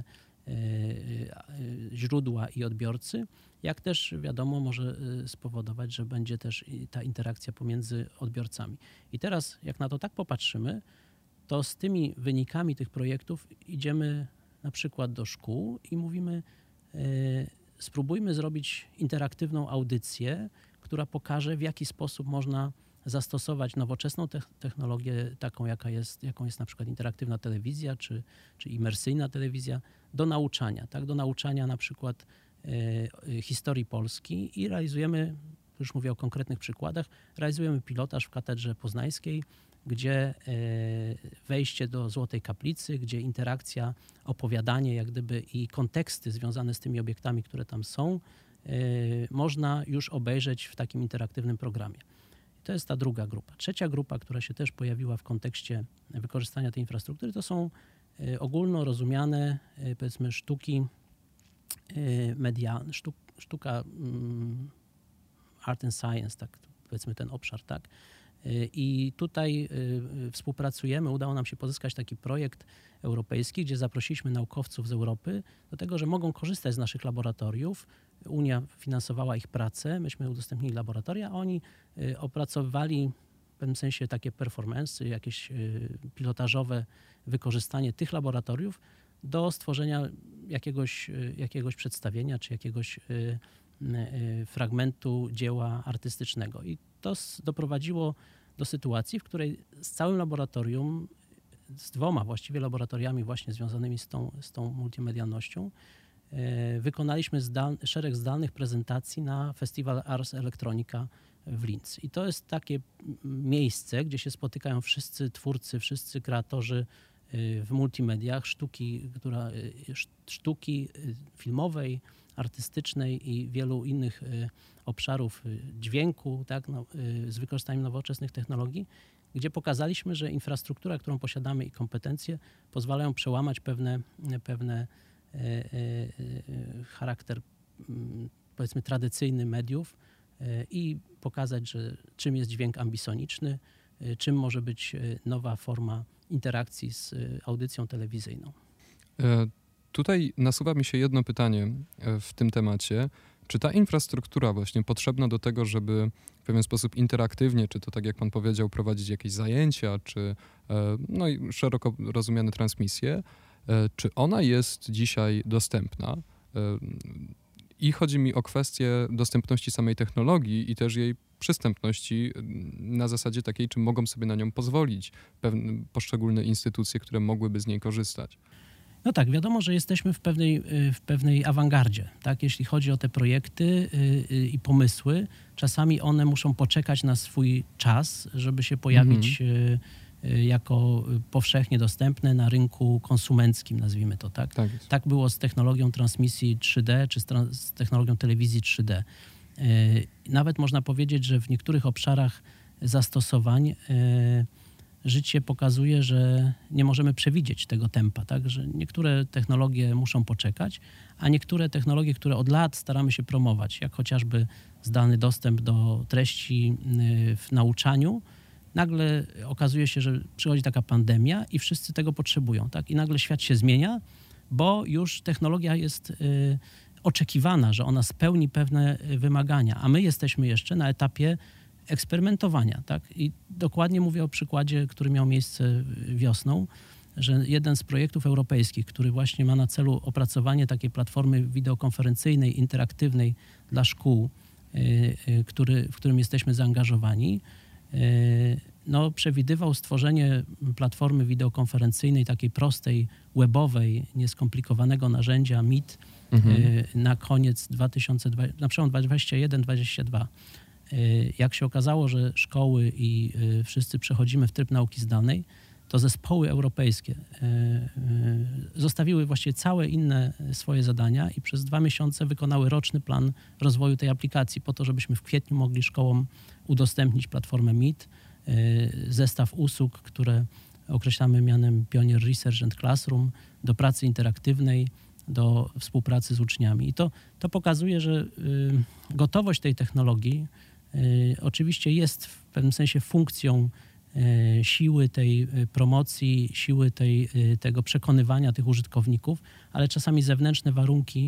źródła i odbiorcy, jak też wiadomo może spowodować, że będzie też ta interakcja pomiędzy odbiorcami. I teraz jak na to tak popatrzymy, to z tymi wynikami tych projektów idziemy na przykład do szkół i mówimy, spróbujmy zrobić interaktywną audycję, która pokaże, w jaki sposób można zastosować nowoczesną technologię, taką jaką jest na przykład interaktywna telewizja czy imersyjna telewizja, do nauczania. Tak? Do nauczania na przykład historii Polski i realizujemy, już mówię o konkretnych przykładach, realizujemy pilotaż w Katedrze Poznańskiej, gdzie wejście do Złotej Kaplicy, gdzie interakcja, opowiadanie jak gdyby i konteksty związane z tymi obiektami, które tam są, można już obejrzeć w takim interaktywnym programie. To jest ta druga grupa. Trzecia grupa, która się też pojawiła w kontekście wykorzystania tej infrastruktury, to są ogólno rozumiane, powiedzmy, sztuki medialne, sztuka art and science, tak powiedzmy ten obszar, tak. I tutaj współpracujemy, udało nam się pozyskać taki projekt europejski, gdzie zaprosiliśmy naukowców z Europy do tego, że mogą korzystać z naszych laboratoriów. Unia finansowała ich pracę, myśmy udostępnili laboratoria, a oni opracowywali w pewnym sensie takie performance, jakieś pilotażowe wykorzystanie tych laboratoriów do stworzenia jakiegoś przedstawienia czy jakiegoś fragmentu dzieła artystycznego. I to doprowadziło do sytuacji, w której z całym laboratorium, z dwoma właściwie laboratoriami właśnie związanymi z tą multimedialnością, wykonaliśmy szereg zdalnych prezentacji na Festiwal Ars Electronica w Linz. I to jest takie miejsce, gdzie się spotykają wszyscy twórcy, wszyscy kreatorzy w multimediach, sztuki filmowej, artystycznej i wielu innych obszarów dźwięku, tak, z wykorzystaniem nowoczesnych technologii, gdzie pokazaliśmy, że infrastruktura, którą posiadamy i kompetencje pozwalają przełamać pewne charakter, powiedzmy, tradycyjny mediów i pokazać, że czym jest dźwięk ambisoniczny, czym może być nowa forma interakcji z audycją telewizyjną. Tutaj nasuwa mi się jedno pytanie w tym temacie. Czy ta infrastruktura właśnie potrzebna do tego, żeby w pewien sposób interaktywnie, czy to tak jak pan powiedział, prowadzić jakieś zajęcia, czy no i szeroko rozumiane transmisje, czy ona jest dzisiaj dostępna? I chodzi mi o kwestię dostępności samej technologii i też jej przystępności na zasadzie takiej, czy mogą sobie na nią pozwolić poszczególne instytucje, które mogłyby z niej korzystać. No tak, wiadomo, że jesteśmy w pewnej awangardzie, tak? Jeśli chodzi o te projekty i pomysły. Czasami one muszą poczekać na swój czas, żeby się pojawić jako powszechnie dostępne na rynku konsumenckim, nazwijmy to, tak? Tak było z technologią transmisji 3D, czy z technologią telewizji 3D. Nawet można powiedzieć, że w niektórych obszarach zastosowań życie pokazuje, że nie możemy przewidzieć tego tempa, tak? Że niektóre technologie muszą poczekać, a niektóre technologie, które od lat staramy się promować, jak chociażby zdalny dostęp do treści w nauczaniu, nagle okazuje się, że przychodzi taka pandemia i wszyscy tego potrzebują, tak? I nagle świat się zmienia, bo już technologia jest oczekiwana, że ona spełni pewne wymagania, a my jesteśmy jeszcze na etapie eksperymentowania, tak? I dokładnie mówię o przykładzie, który miał miejsce wiosną, że jeden z projektów europejskich, który właśnie ma na celu opracowanie takiej platformy wideokonferencyjnej, interaktywnej dla szkół w którym jesteśmy zaangażowani, no, przewidywał stworzenie platformy wideokonferencyjnej, takiej prostej, webowej, nieskomplikowanego narzędzia Meet na koniec na przełom 2021-2022. Jak się okazało, że szkoły i wszyscy przechodzimy w tryb nauki zdalnej, to zespoły europejskie zostawiły właściwie całe inne swoje zadania i przez 2 miesiące wykonały roczny plan rozwoju tej aplikacji po to, żebyśmy w kwietniu mogli szkołom udostępnić platformę Meet, zestaw usług, które określamy mianem Pioneer Research and Classroom, do pracy interaktywnej, do współpracy z uczniami. I to pokazuje, że gotowość tej technologii oczywiście jest w pewnym sensie funkcją siły tej promocji, siły tego przekonywania tych użytkowników, ale czasami zewnętrzne warunki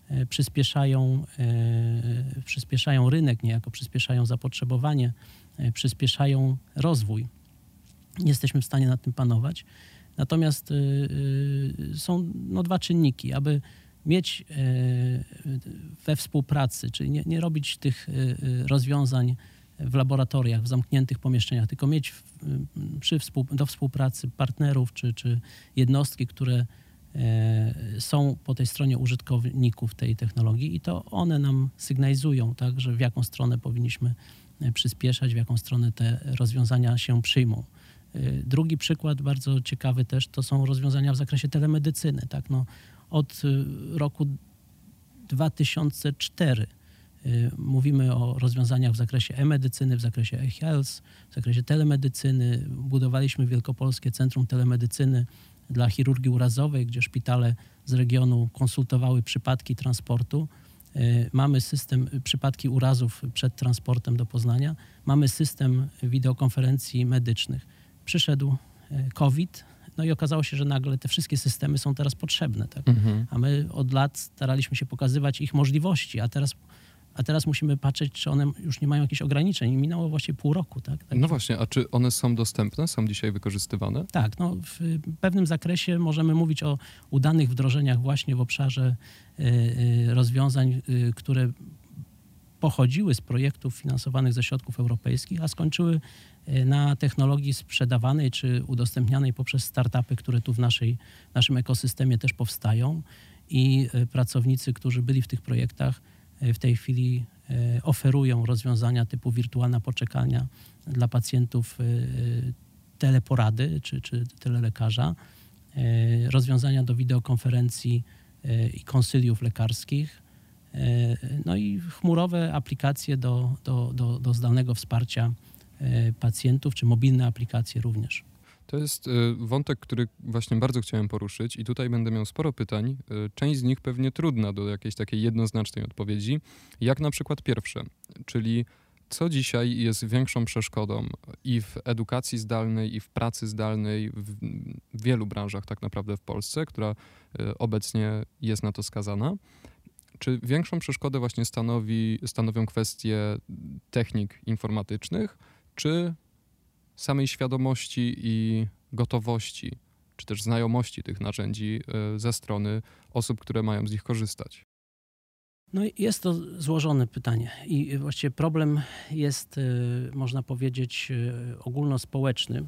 przyspieszają rynek niejako, przyspieszają zapotrzebowanie, przyspieszają rozwój. Nie jesteśmy w stanie nad tym panować. Natomiast są 2 czynniki, aby mieć we współpracy, czyli nie robić tych rozwiązań w laboratoriach, w zamkniętych pomieszczeniach, tylko mieć do współpracy partnerów czy jednostki, które są po tej stronie użytkowników tej technologii i to one nam sygnalizują, tak, że w jaką stronę powinniśmy przyspieszać, w jaką stronę te rozwiązania się przyjmą. Drugi przykład, bardzo ciekawy też, to są rozwiązania w zakresie telemedycyny. Tak? No, od roku 2004 mówimy o rozwiązaniach w zakresie e-medycyny, w zakresie e-health, w zakresie telemedycyny. Budowaliśmy Wielkopolskie Centrum Telemedycyny dla chirurgii urazowej, gdzie szpitale z regionu konsultowały przypadki transportu. Mamy system przypadki urazów przed transportem do Poznania. Mamy system wideokonferencji medycznych. Przyszedł COVID, no i okazało się, że nagle te wszystkie systemy są teraz potrzebne. Tak? A my od lat staraliśmy się pokazywać ich możliwości, a teraz musimy patrzeć, czy one już nie mają jakichś ograniczeń. I minęło właściwie pół roku. Tak? No właśnie, a czy one są dostępne, są dzisiaj wykorzystywane? Tak, no w pewnym zakresie możemy mówić o udanych wdrożeniach właśnie w obszarze rozwiązań, które pochodziły z projektów finansowanych ze środków europejskich, a skończyły na technologii sprzedawanej czy udostępnianej poprzez startupy, które tu w naszym ekosystemie też powstają i pracownicy, którzy byli w tych projektach, w tej chwili oferują rozwiązania typu wirtualna poczekalnia dla pacjentów, teleporady czy telelekarza, rozwiązania do wideokonferencji i konsyliów lekarskich, no i chmurowe aplikacje do zdalnego wsparcia pacjentów, czy mobilne aplikacje również. To jest wątek, który właśnie bardzo chciałem poruszyć i tutaj będę miał sporo pytań. Część z nich pewnie trudna do jakiejś takiej jednoznacznej odpowiedzi, jak na przykład pierwsze, czyli co dzisiaj jest większą przeszkodą i w edukacji zdalnej, i w pracy zdalnej, w wielu branżach tak naprawdę w Polsce, która obecnie jest na to skazana. Czy większą przeszkodę właśnie stanowią kwestie technik informatycznych, czy samej świadomości i gotowości, czy też znajomości tych narzędzi ze strony osób, które mają z nich korzystać? No jest to złożone pytanie i właściwie problem jest, można powiedzieć, ogólnospołeczny.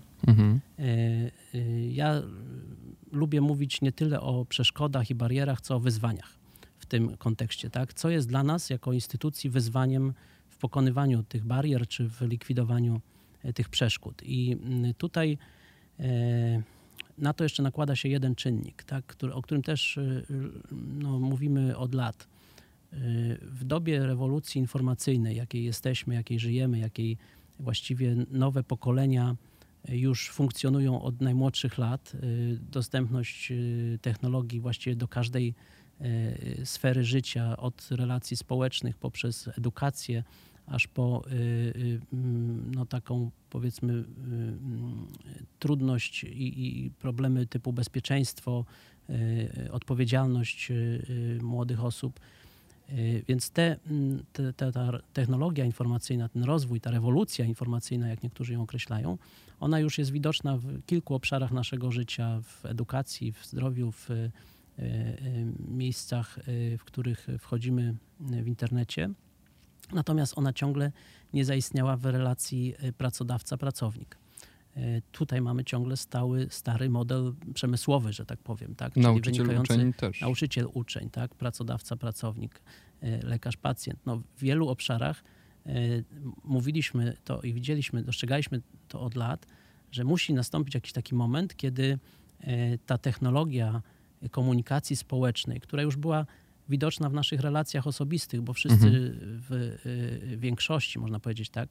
Ja lubię mówić nie tyle o przeszkodach i barierach, co o wyzwaniach w tym kontekście. Tak? Co jest dla nas jako instytucji wyzwaniem w pokonywaniu tych barier czy w likwidowaniu tych przeszkód. I tutaj na to jeszcze nakłada się jeden czynnik, tak, o którym też mówimy od lat. W dobie rewolucji informacyjnej, jakiej jesteśmy, jakiej żyjemy, jakiej właściwie nowe pokolenia już funkcjonują od najmłodszych lat, dostępność technologii właściwie do każdej sfery życia, od relacji społecznych poprzez edukację, aż po taką, powiedzmy, trudność i problemy typu bezpieczeństwo, odpowiedzialność młodych osób. Więc ta technologia informacyjna, ten rozwój, ta rewolucja informacyjna, jak niektórzy ją określają, ona już jest widoczna w kilku obszarach naszego życia, w edukacji, w zdrowiu, w miejscach, w których wchodzimy w internecie. natomiast ona ciągle nie zaistniała w relacji pracodawca-pracownik. Tutaj mamy ciągle stary model przemysłowy, że tak powiem, tak? Czyli Nauczyciel-uczeń też. Nauczyciel-uczeń, tak? Pracodawca-pracownik, lekarz-pacjent. No, w wielu obszarach mówiliśmy to i widzieliśmy, dostrzegaliśmy to od lat, że musi nastąpić jakiś taki moment, kiedy ta technologia komunikacji społecznej, która już była widoczna w naszych relacjach osobistych, bo wszyscy w większości, można powiedzieć tak,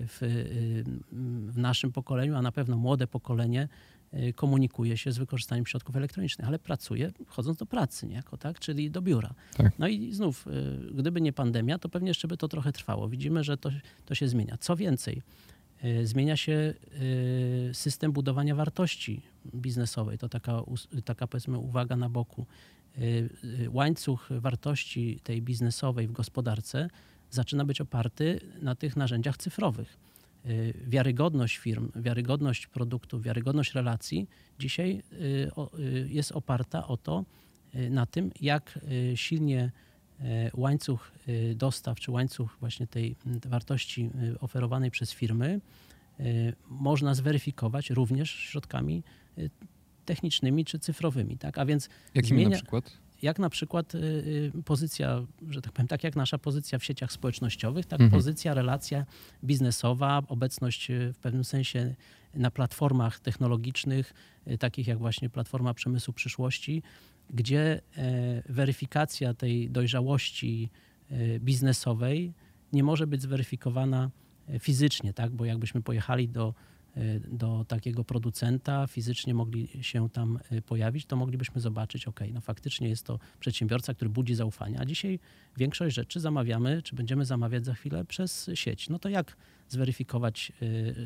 w naszym pokoleniu, a na pewno młode pokolenie komunikuje się z wykorzystaniem środków elektronicznych, ale pracuje chodząc do pracy niejako, tak? Czyli do biura. Tak. No i znów, gdyby nie pandemia, to pewnie jeszcze by to trochę trwało. Widzimy, że to się zmienia. Co więcej, zmienia się system budowania wartości biznesowej. To taka powiedzmy uwaga na boku. Łańcuch wartości tej biznesowej w gospodarce zaczyna być oparty na tych narzędziach cyfrowych. Wiarygodność firm, wiarygodność produktów, wiarygodność relacji dzisiaj jest oparta na tym, jak silnie łańcuch dostaw, czy łańcuch właśnie tej wartości oferowanej przez firmy można zweryfikować również środkami technicznymi czy cyfrowymi. Tak? A więc Jakimi na przykład? Jak na przykład pozycja, że tak powiem, tak jak nasza pozycja w sieciach społecznościowych, tak pozycja, relacja biznesowa, obecność w pewnym sensie na platformach technologicznych, takich jak właśnie Platforma Przemysłu Przyszłości, gdzie weryfikacja tej dojrzałości biznesowej nie może być zweryfikowana fizycznie, tak? Bo jakbyśmy pojechali do takiego producenta, fizycznie mogli się tam pojawić, to moglibyśmy zobaczyć, no faktycznie jest to przedsiębiorca, który budzi zaufanie, a dzisiaj większość rzeczy zamawiamy, czy będziemy zamawiać za chwilę przez sieć. No to jak zweryfikować,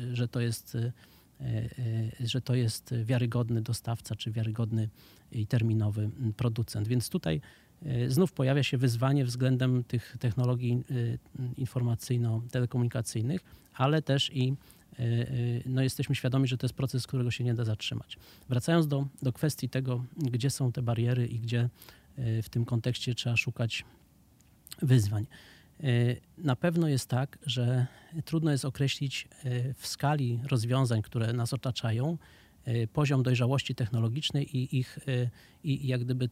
że to jest wiarygodny dostawca, czy wiarygodny i terminowy producent. Więc tutaj znów pojawia się wyzwanie względem tych technologii informacyjno-telekomunikacyjnych, ale też i jesteśmy świadomi, że to jest proces, którego się nie da zatrzymać. Wracając do kwestii tego, gdzie są te bariery i gdzie w tym kontekście trzeba szukać wyzwań. Na pewno jest tak, że trudno jest określić w skali rozwiązań, które nas otaczają, poziom dojrzałości technologicznej i jak gdyby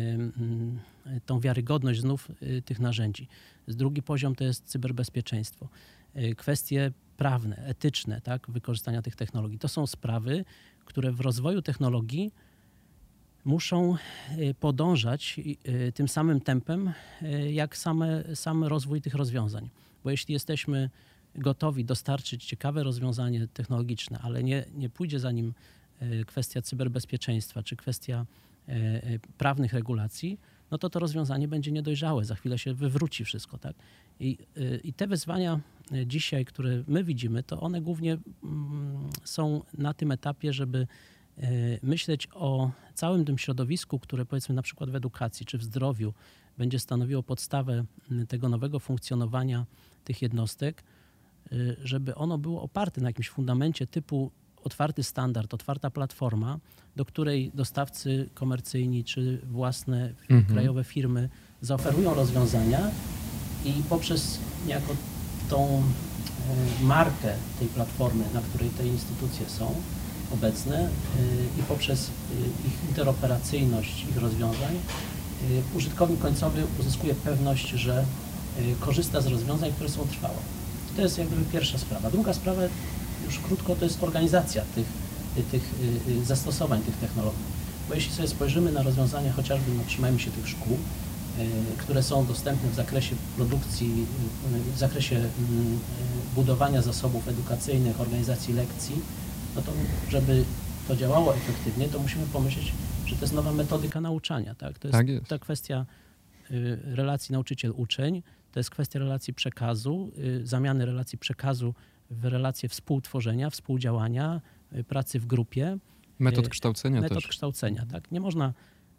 tą wiarygodność znów tych narzędzi. Drugi poziom to jest cyberbezpieczeństwo. Kwestie prawne, etyczne, tak, wykorzystania tych technologii. To są sprawy, które w rozwoju technologii muszą podążać tym samym tempem, jak sam rozwój tych rozwiązań. Bo jeśli jesteśmy gotowi dostarczyć ciekawe rozwiązanie technologiczne, ale nie pójdzie za nim kwestia cyberbezpieczeństwa czy kwestia prawnych regulacji, no to rozwiązanie będzie niedojrzałe, za chwilę się wywróci wszystko. Tak? I te wyzwania dzisiaj, które my widzimy, to one głównie są na tym etapie, żeby myśleć o całym tym środowisku, które powiedzmy na przykład w edukacji czy w zdrowiu będzie stanowiło podstawę tego nowego funkcjonowania tych jednostek, żeby ono było oparte na jakimś fundamencie typu otwarty standard, otwarta platforma, do której dostawcy komercyjni czy własne krajowe firmy zaoferują rozwiązania i poprzez niejako tą markę tej platformy, na której te instytucje są obecne i poprzez ich interoperacyjność ich rozwiązań, użytkownik końcowy uzyskuje pewność, że korzysta z rozwiązań, które są trwałe. To jest jakby pierwsza sprawa. Druga sprawa, już krótko, to jest organizacja tych zastosowań tych technologii. Bo jeśli sobie spojrzymy na rozwiązania chociażby, trzymajmy się tych szkół, które są dostępne w zakresie produkcji, w zakresie budowania zasobów edukacyjnych, organizacji lekcji, no to żeby to działało efektywnie, to musimy pomyśleć, że to jest nowa metodyka nauczania. Tak? To jest ta kwestia relacji nauczyciel-uczeń, to jest kwestia relacji przekazu, zamiany relacji przekazu w relacje współtworzenia, współdziałania, pracy w grupie. Metod kształcenia Metod też. kształcenia, tak. Nie można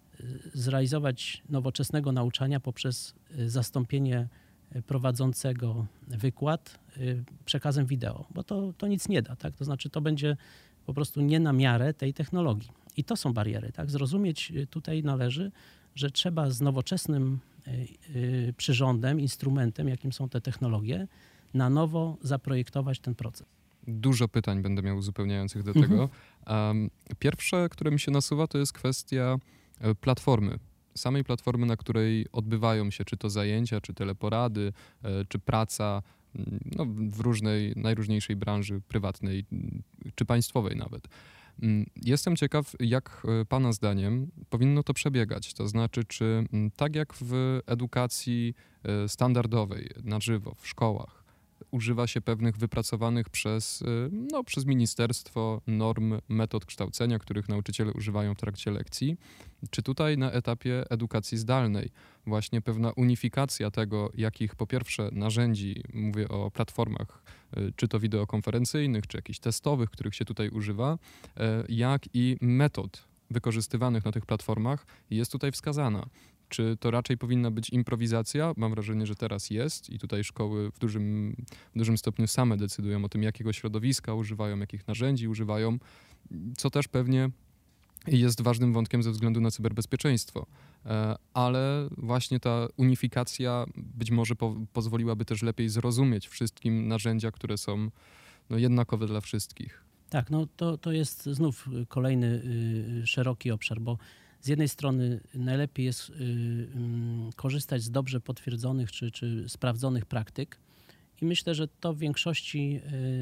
zrealizować nowoczesnego nauczania poprzez zastąpienie prowadzącego wykład przekazem wideo, bo to nic nie da, tak? To znaczy to będzie po prostu nie na miarę tej technologii. I to są bariery, tak? Zrozumieć tutaj należy, że trzeba z nowoczesnym przyrządem, instrumentem, jakim są te technologie, na nowo zaprojektować ten proces. Dużo pytań będę miał uzupełniających do tego. Pierwsze, które mi się nasuwa, to jest kwestia platformy. Samej platformy, na której odbywają się czy to zajęcia, czy teleporady, czy praca no, w najróżniejszej branży prywatnej, czy państwowej nawet. Jestem ciekaw, jak Pana zdaniem powinno to przebiegać. To znaczy, czy tak jak w edukacji standardowej, na żywo, w szkołach, używa się pewnych wypracowanych przez ministerstwo norm, metod kształcenia, których nauczyciele używają w trakcie lekcji, czy tutaj na etapie edukacji zdalnej właśnie pewna unifikacja tego, jakich po pierwsze narzędzi, mówię o platformach, czy to wideokonferencyjnych, czy jakichś testowych, których się tutaj używa, jak i metod wykorzystywanych na tych platformach jest tutaj wskazana. Czy to raczej powinna być improwizacja? Mam wrażenie, że teraz jest i tutaj szkoły w dużym stopniu same decydują o tym, jakiego środowiska używają, jakich narzędzi używają, co też pewnie jest ważnym wątkiem ze względu na cyberbezpieczeństwo. Ale właśnie ta unifikacja być może pozwoliłaby też lepiej zrozumieć wszystkim narzędzia, które są jednakowe dla wszystkich. Tak, no to jest znów kolejny szeroki obszar, bo z jednej strony najlepiej jest korzystać z dobrze potwierdzonych czy sprawdzonych praktyk i myślę, że to w większości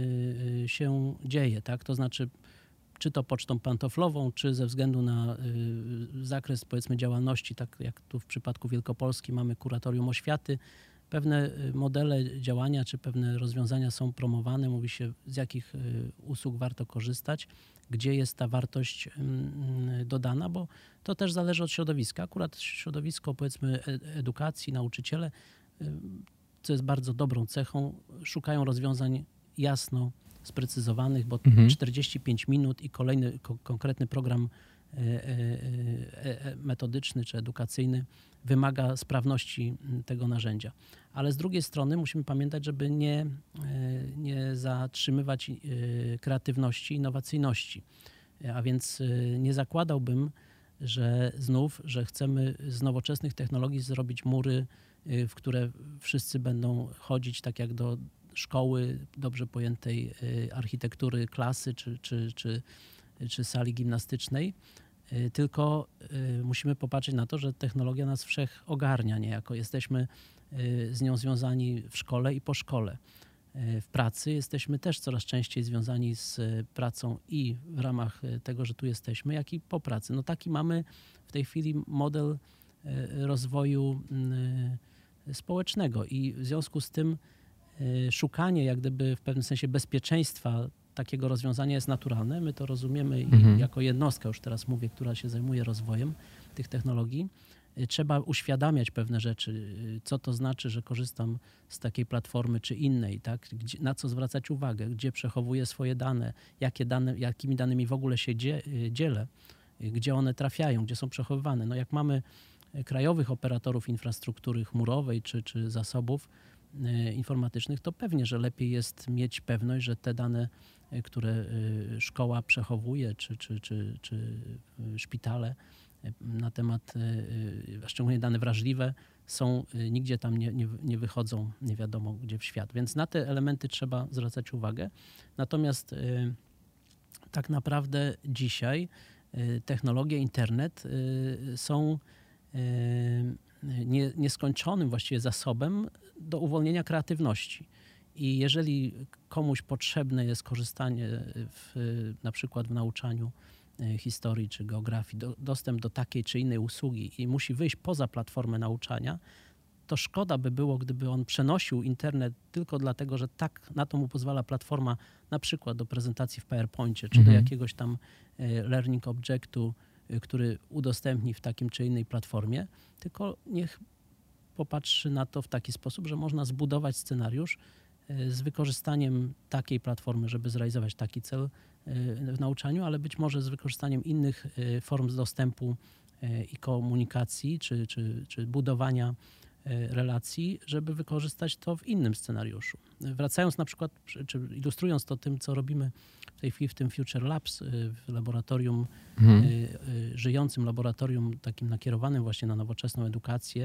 się dzieje, tak? To znaczy czy to pocztą pantoflową, czy ze względu na zakres powiedzmy działalności, tak jak tu w przypadku Wielkopolski mamy kuratorium oświaty, pewne modele działania czy pewne rozwiązania są promowane, mówi się z jakich usług warto korzystać, gdzie jest ta wartość dodana, bo to też zależy od środowiska. Akurat środowisko powiedzmy edukacji, nauczyciele, co jest bardzo dobrą cechą, szukają rozwiązań jasno sprecyzowanych, bo 45 minut i kolejny konkretny program metodyczny czy edukacyjny wymaga sprawności tego narzędzia. Ale z drugiej strony musimy pamiętać, żeby nie zatrzymywać kreatywności, innowacyjności. A więc nie zakładałbym, że chcemy z nowoczesnych technologii zrobić mury, w które wszyscy będą chodzić tak jak do szkoły dobrze pojętej architektury klasy czy sali gimnastycznej, tylko musimy popatrzeć na to, że technologia nas wszech ogarnia niejako. Jesteśmy z nią związani w szkole i po szkole. W pracy jesteśmy też coraz częściej związani z pracą i w ramach tego, że tu jesteśmy, jak i po pracy. No taki mamy w tej chwili model rozwoju społecznego i w związku z tym szukanie jak gdyby w pewnym sensie bezpieczeństwa takiego rozwiązania jest naturalne. My to rozumiemy i jako jednostka, już teraz mówię, która się zajmuje rozwojem tych technologii, trzeba uświadamiać pewne rzeczy, co to znaczy, że korzystam z takiej platformy czy innej, tak? Na co zwracać uwagę, gdzie przechowuję swoje dane, jakimi danymi w ogóle się dzielę, gdzie one trafiają, gdzie są przechowywane. No jak mamy krajowych operatorów infrastruktury chmurowej czy zasobów informatycznych, to pewnie, że lepiej jest mieć pewność, że te dane, które szkoła przechowuje czy szpitale na temat, szczególnie dane wrażliwe, nigdzie tam nie wychodzą nie wiadomo gdzie w świat. Więc na te elementy trzeba zwracać uwagę. Natomiast tak naprawdę dzisiaj technologie, internet są nieskończonym właściwie zasobem do uwolnienia kreatywności. I jeżeli komuś potrzebne jest korzystanie na przykład w nauczaniu historii czy geografii, dostęp do takiej czy innej usługi i musi wyjść poza platformę nauczania, to szkoda by było, gdyby on przenosił internet tylko dlatego, że tak na to mu pozwala platforma, na przykład do prezentacji w PowerPoincie, czy do jakiegoś tam learning objectu, który udostępni w takim czy innej platformie, tylko niech popatrzy na to w taki sposób, że można zbudować scenariusz z wykorzystaniem takiej platformy, żeby zrealizować taki cel w nauczaniu, ale być może z wykorzystaniem innych form dostępu i komunikacji, czy budowania relacji, żeby wykorzystać to w innym scenariuszu. Wracając na przykład, czy ilustrując to tym, co robimy w tej chwili w tym Future Labs, w laboratorium, żyjącym laboratorium takim nakierowanym właśnie na nowoczesną edukację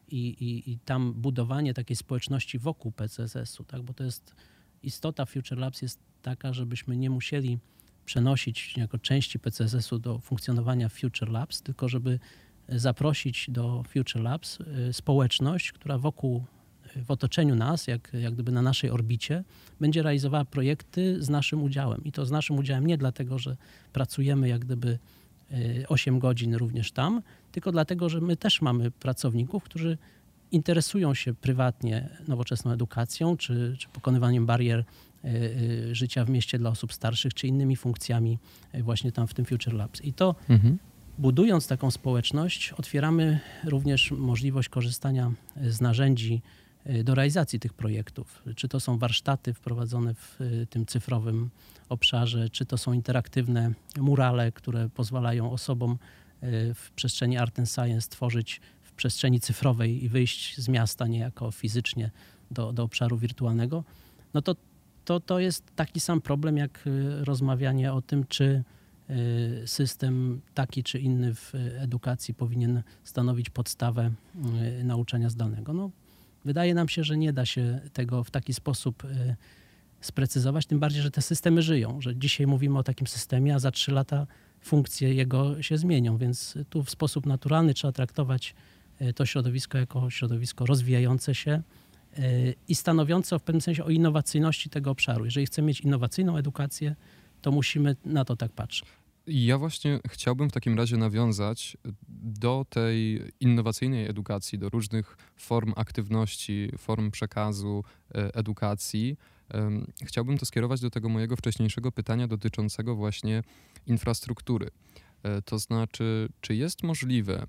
i tam budowanie takiej społeczności wokół PCSS-u, tak? Bo to jest istota Future Labs jest taka, żebyśmy nie musieli przenosić jako części PCSS-u do funkcjonowania Future Labs, tylko żeby zaprosić do Future Labs społeczność, która wokół, w otoczeniu nas, jak gdyby na naszej orbicie, będzie realizowała projekty z naszym udziałem. I to z naszym udziałem nie dlatego, że pracujemy jak gdyby 8 godzin również tam, tylko dlatego, że my też mamy pracowników, którzy interesują się prywatnie nowoczesną edukacją, czy pokonywaniem barier życia w mieście dla osób starszych, czy innymi funkcjami właśnie tam w tym Future Labs. I to budując taką społeczność, otwieramy również możliwość korzystania z narzędzi do realizacji tych projektów. Czy to są warsztaty wprowadzone w tym cyfrowym obszarze, czy to są interaktywne murale, które pozwalają osobom w przestrzeni Art and Science tworzyć w przestrzeni cyfrowej i wyjść z miasta niejako fizycznie do obszaru wirtualnego, no to jest taki sam problem jak rozmawianie o tym, czy system taki czy inny w edukacji powinien stanowić podstawę nauczania zdalnego. No, wydaje nam się, że nie da się tego w taki sposób sprecyzować, tym bardziej, że te systemy żyją, że dzisiaj mówimy o takim systemie, a za 3 lata funkcje jego się zmienią, więc tu w sposób naturalny trzeba traktować to środowisko jako środowisko rozwijające się i stanowiące w pewnym sensie o innowacyjności tego obszaru. Jeżeli chcemy mieć innowacyjną edukację, to musimy na to tak patrzeć. Ja właśnie chciałbym w takim razie nawiązać do tej innowacyjnej edukacji, do różnych form aktywności, form przekazu, edukacji. Chciałbym to skierować do tego mojego wcześniejszego pytania dotyczącego właśnie infrastruktury. To znaczy, czy jest możliwe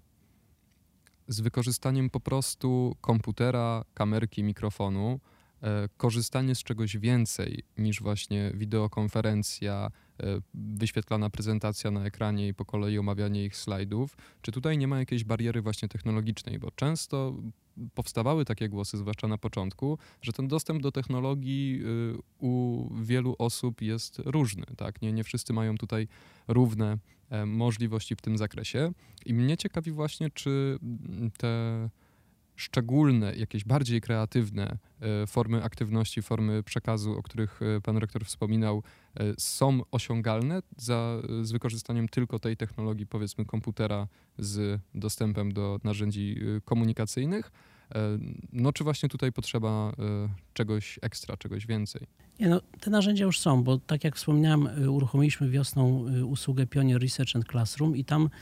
z wykorzystaniem po prostu komputera, kamerki, mikrofonu, korzystanie z czegoś więcej niż właśnie wideokonferencja, wyświetlana prezentacja na ekranie i po kolei omawianie ich slajdów? Czy tutaj nie ma jakiejś bariery właśnie technologicznej? Bo często powstawały takie głosy, zwłaszcza na początku, że ten dostęp do technologii u wielu osób jest różny, tak? Nie wszyscy mają tutaj równe możliwości w tym zakresie. I mnie ciekawi właśnie, czy te szczególne, jakieś bardziej kreatywne formy aktywności, formy przekazu, o których pan rektor wspominał, są osiągalne z wykorzystaniem tylko tej technologii, powiedzmy komputera z dostępem do narzędzi komunikacyjnych, no czy właśnie tutaj potrzeba czegoś ekstra, czegoś więcej? Nie, no, te narzędzia już są, bo tak jak wspomniałem, uruchomiliśmy wiosną usługę Pioneer Research and Classroom i tam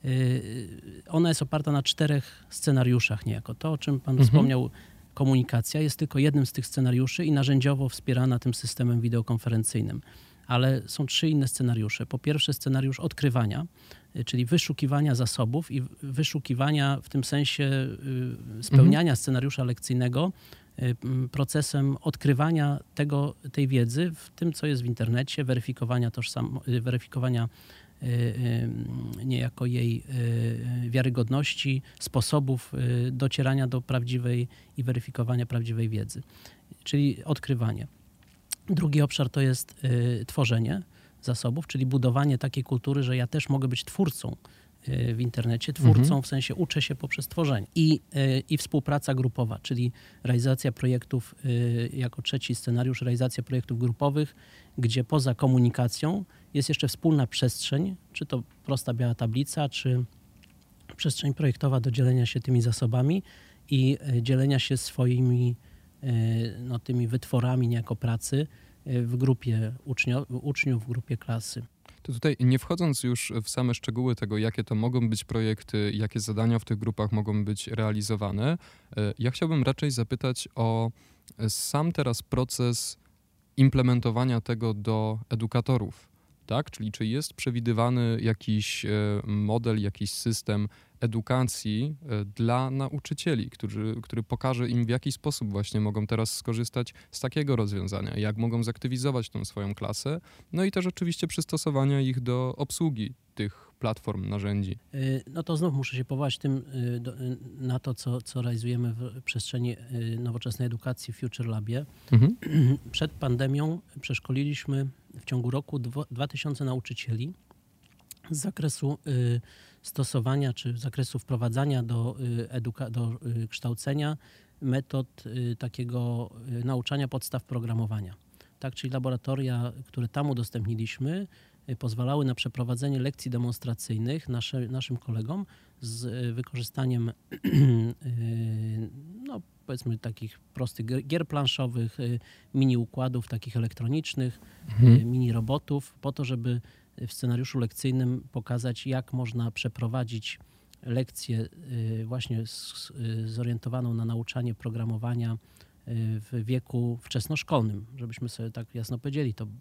ona jest oparta na 4 scenariuszach niejako. To, o czym pan wspomniał, komunikacja jest tylko jednym z tych scenariuszy i narzędziowo wspierana tym systemem wideokonferencyjnym. Ale są 3 inne scenariusze. Po pierwsze scenariusz odkrywania, czyli wyszukiwania zasobów i wyszukiwania w tym sensie spełniania scenariusza lekcyjnego procesem odkrywania tej wiedzy w tym, co jest w internecie, weryfikowania niejako jej wiarygodności, sposobów docierania do prawdziwej i weryfikowania prawdziwej wiedzy, czyli odkrywanie. Drugi obszar to jest tworzenie zasobów, czyli budowanie takiej kultury, że ja też mogę być twórcą w internecie, twórcą w sensie uczę się poprzez tworzenie. I współpraca grupowa, czyli realizacja projektów, jako trzeci scenariusz, realizacja projektów grupowych, gdzie poza komunikacją jest jeszcze wspólna przestrzeń, czy to prosta biała tablica, czy przestrzeń projektowa do dzielenia się tymi zasobami i dzielenia się swoimi tymi wytworami niejako pracy w grupie uczniów, w grupie klasy. To tutaj nie wchodząc już w same szczegóły tego, jakie to mogą być projekty, jakie zadania w tych grupach mogą być realizowane, ja chciałbym raczej zapytać o sam teraz proces implementowania tego do edukatorów, tak? Czyli czy jest przewidywany jakiś model, jakiś system edukacji dla nauczycieli, który pokaże im, w jaki sposób właśnie mogą teraz skorzystać z takiego rozwiązania, jak mogą zaktywizować tą swoją klasę, no i też oczywiście przystosowania ich do obsługi tych platform, narzędzi. No to znów muszę się powołać na to, co realizujemy w przestrzeni nowoczesnej edukacji w Future Labie. Przed pandemią przeszkoliliśmy w ciągu roku 2000 nauczycieli z zakresu stosowania czy z zakresu wprowadzania do kształcenia metod takiego nauczania podstaw programowania. Tak, czyli laboratoria, które tam udostępniliśmy, pozwalały na przeprowadzenie lekcji demonstracyjnych naszym kolegom z wykorzystaniem no, powiedzmy takich prostych gier planszowych, mini układów takich elektronicznych, mini robotów, po to, żeby w scenariuszu lekcyjnym pokazać, jak można przeprowadzić lekcję właśnie zorientowaną na nauczanie programowania w wieku wczesnoszkolnym, żebyśmy sobie tak jasno powiedzieli, to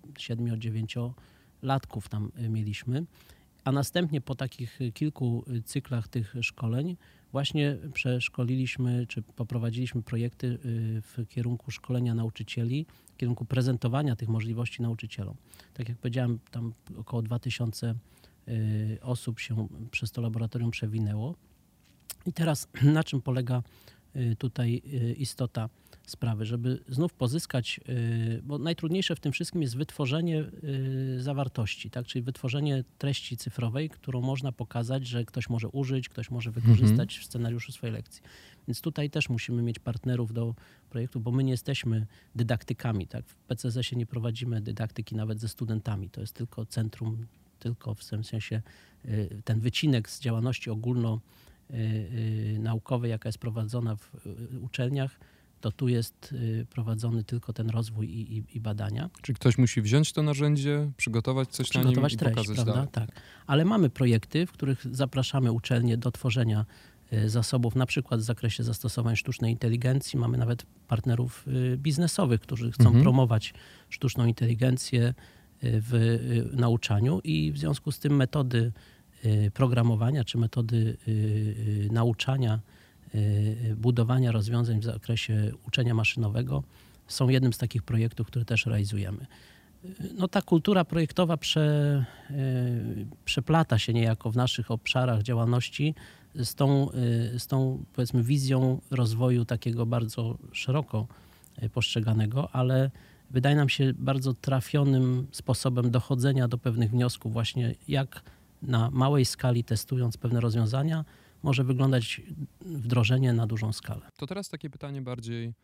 7-9-latków tam mieliśmy, a następnie po takich kilku cyklach tych szkoleń właśnie przeszkoliliśmy, czy poprowadziliśmy projekty w kierunku szkolenia nauczycieli, w kierunku prezentowania tych możliwości nauczycielom. Tak jak powiedziałem, tam około 2000 osób się przez to laboratorium przewinęło. I teraz na czym polega tutaj istota sprawy, żeby znów pozyskać, bo najtrudniejsze w tym wszystkim jest wytworzenie zawartości, tak? Czyli wytworzenie treści cyfrowej, którą można pokazać, że ktoś może użyć, ktoś może wykorzystać w scenariuszu swojej lekcji. Więc tutaj też musimy mieć partnerów do projektu, bo my nie jesteśmy dydaktykami. Tak? W PCZ-ie nie prowadzimy dydaktyki nawet ze studentami. To jest tylko centrum, tylko w tym sensie ten wycinek z działalności ogólnonaukowej, jaka jest prowadzona w uczelniach, to tu jest prowadzony tylko ten rozwój i badania. Czy ktoś musi wziąć to narzędzie, przygotować coś na nim i treść, pokazać prawda? dalej? Tak. Ale mamy projekty, w których zapraszamy uczelnie do tworzenia zasobów, na przykład w zakresie zastosowań sztucznej inteligencji. Mamy nawet partnerów biznesowych, którzy chcą promować sztuczną inteligencję w nauczaniu i w związku z tym metody programowania czy metody nauczania, budowania rozwiązań w zakresie uczenia maszynowego są jednym z takich projektów, które też realizujemy. No, ta kultura projektowa przeplata się niejako w naszych obszarach działalności z tą powiedzmy wizją rozwoju takiego bardzo szeroko postrzeganego, ale wydaje nam się bardzo trafionym sposobem dochodzenia do pewnych wniosków właśnie jak na małej skali testując pewne rozwiązania może wyglądać wdrożenie na dużą skalę. To teraz takie pytanie bardziej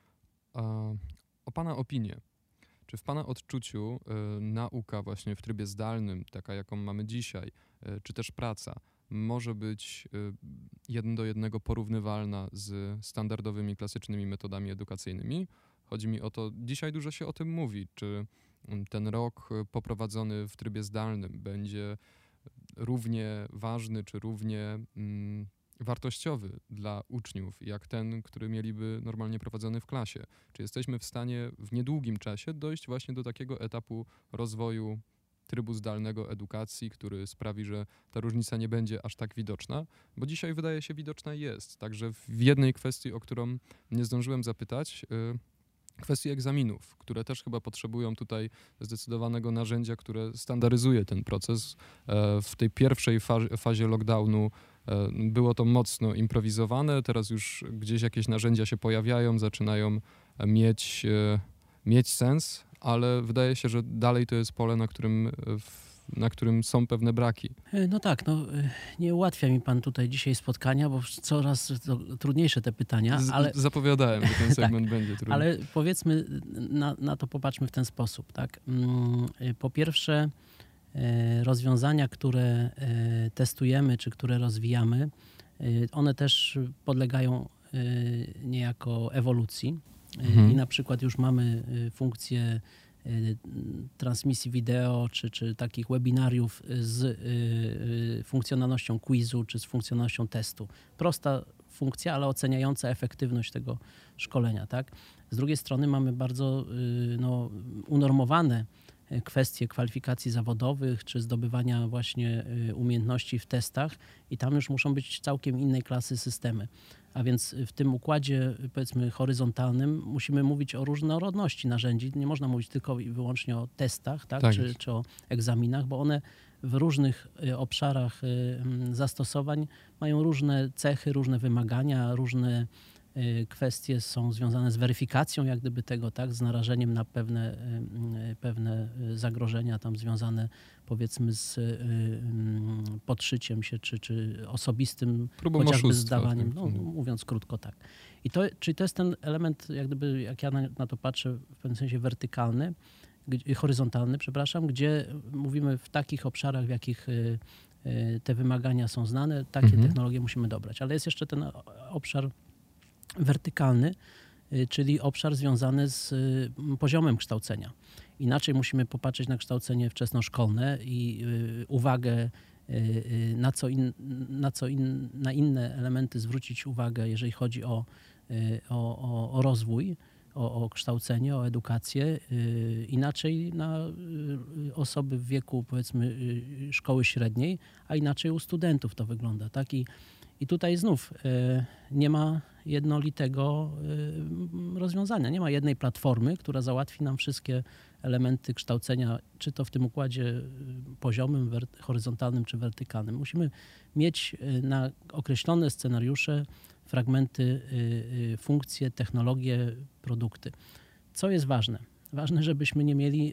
o Pana opinię. Czy w Pana odczuciu nauka właśnie w trybie zdalnym, taka jaką mamy dzisiaj, czy też praca, może być 1 do 1 porównywalna z standardowymi, klasycznymi metodami edukacyjnymi? Chodzi mi o to, dzisiaj dużo się o tym mówi, czy ten rok poprowadzony w trybie zdalnym będzie równie ważny, czy równie wartościowy dla uczniów, jak ten, który mieliby normalnie prowadzony w klasie. Czy jesteśmy w stanie w niedługim czasie dojść właśnie do takiego etapu rozwoju trybu zdalnego edukacji, który sprawi, że ta różnica nie będzie aż tak widoczna, bo dzisiaj wydaje się widoczna jest. Także w jednej kwestii, o którą nie zdążyłem zapytać, kwestii egzaminów, które też chyba potrzebują tutaj zdecydowanego narzędzia, które standaryzuje ten proces. W tej pierwszej fazie lockdownu było to mocno improwizowane, teraz już gdzieś jakieś narzędzia się pojawiają, zaczynają mieć sens, ale wydaje się, że dalej to jest pole, na którym są pewne braki. No tak, nie ułatwia mi pan tutaj dzisiaj spotkania, bo coraz trudniejsze te pytania. Ale zapowiadałem, że ten segment będzie trudny. Ale powiedzmy, na to popatrzmy w ten sposób. Tak? Po pierwsze, rozwiązania, które testujemy, czy które rozwijamy, one też podlegają niejako ewolucji. I na przykład już mamy funkcję transmisji wideo, czy takich webinariów z funkcjonalnością quizu, czy z funkcjonalnością testu. Prosta funkcja, ale oceniająca efektywność tego szkolenia. Tak? Z drugiej strony mamy bardzo unormowane kwestie kwalifikacji zawodowych, czy zdobywania właśnie umiejętności w testach i tam już muszą być całkiem innej klasy systemy. A więc w tym układzie, powiedzmy, horyzontalnym musimy mówić o różnorodności narzędzi. Nie można mówić tylko i wyłącznie o testach, tak? Czy o egzaminach, bo one w różnych obszarach zastosowań mają różne cechy, różne wymagania, różne kwestie są związane z weryfikacją jak gdyby tego, tak, z narażeniem na pewne zagrożenia tam związane powiedzmy z podszyciem się, czy osobistym Próbą chociażby oszustwa, zdawaniem, tak. no, mówiąc krótko tak. Czyli to jest ten element, jak gdyby, jak ja na to patrzę, w pewnym sensie wertykalny, horyzontalny, przepraszam, gdzie mówimy w takich obszarach, w jakich te wymagania są znane, takie technologie musimy dobrać. Ale jest jeszcze ten obszar wertykalny, czyli obszar związany z poziomem kształcenia. Inaczej musimy popatrzeć na kształcenie wczesnoszkolne i uwagę na inne elementy zwrócić uwagę, jeżeli chodzi o rozwój, o kształcenie, o edukację. Inaczej na osoby w wieku powiedzmy szkoły średniej, a inaczej u studentów to wygląda. Tak? I tutaj znów nie ma jednolitego rozwiązania. Nie ma jednej platformy, która załatwi nam wszystkie elementy kształcenia, czy to w tym układzie poziomym, horyzontalnym, czy wertykalnym. Musimy mieć na określone scenariusze fragmenty, funkcje, technologie, produkty. Co jest ważne? Ważne, żebyśmy nie mieli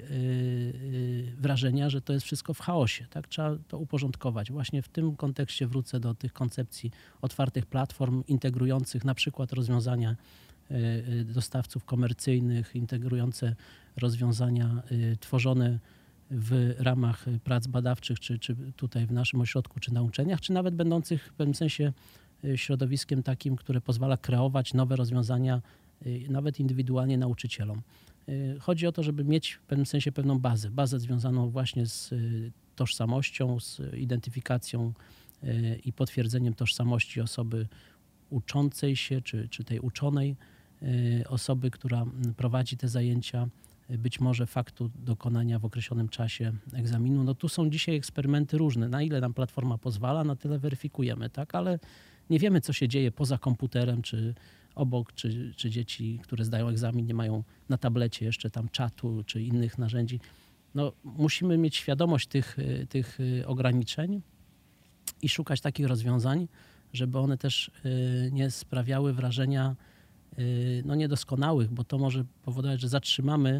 wrażenia, że to jest wszystko w chaosie. Tak? Trzeba to uporządkować. Właśnie w tym kontekście wrócę do tych koncepcji otwartych platform integrujących na przykład rozwiązania dostawców komercyjnych, integrujące rozwiązania tworzone w ramach prac badawczych, czy tutaj w naszym ośrodku, czy na uczelniach, czy nawet będących w pewnym sensie środowiskiem takim, które pozwala kreować nowe rozwiązania nawet indywidualnie nauczycielom. Chodzi o to, żeby mieć w pewnym sensie pewną bazę związaną właśnie z tożsamością, z identyfikacją i potwierdzeniem tożsamości osoby uczącej się, czy tej uczonej, osoby, która prowadzi te zajęcia, być może faktu dokonania w określonym czasie egzaminu. No tu są dzisiaj eksperymenty różne. Na ile nam platforma pozwala, na tyle weryfikujemy, tak? Ale nie wiemy, co się dzieje poza komputerem, czy obok, czy dzieci, które zdają egzamin, nie mają na tablecie jeszcze tam czatu, czy innych narzędzi. No, musimy mieć świadomość tych ograniczeń i szukać takich rozwiązań, żeby one też nie sprawiały wrażenia niedoskonałych, bo to może powodować, że zatrzymamy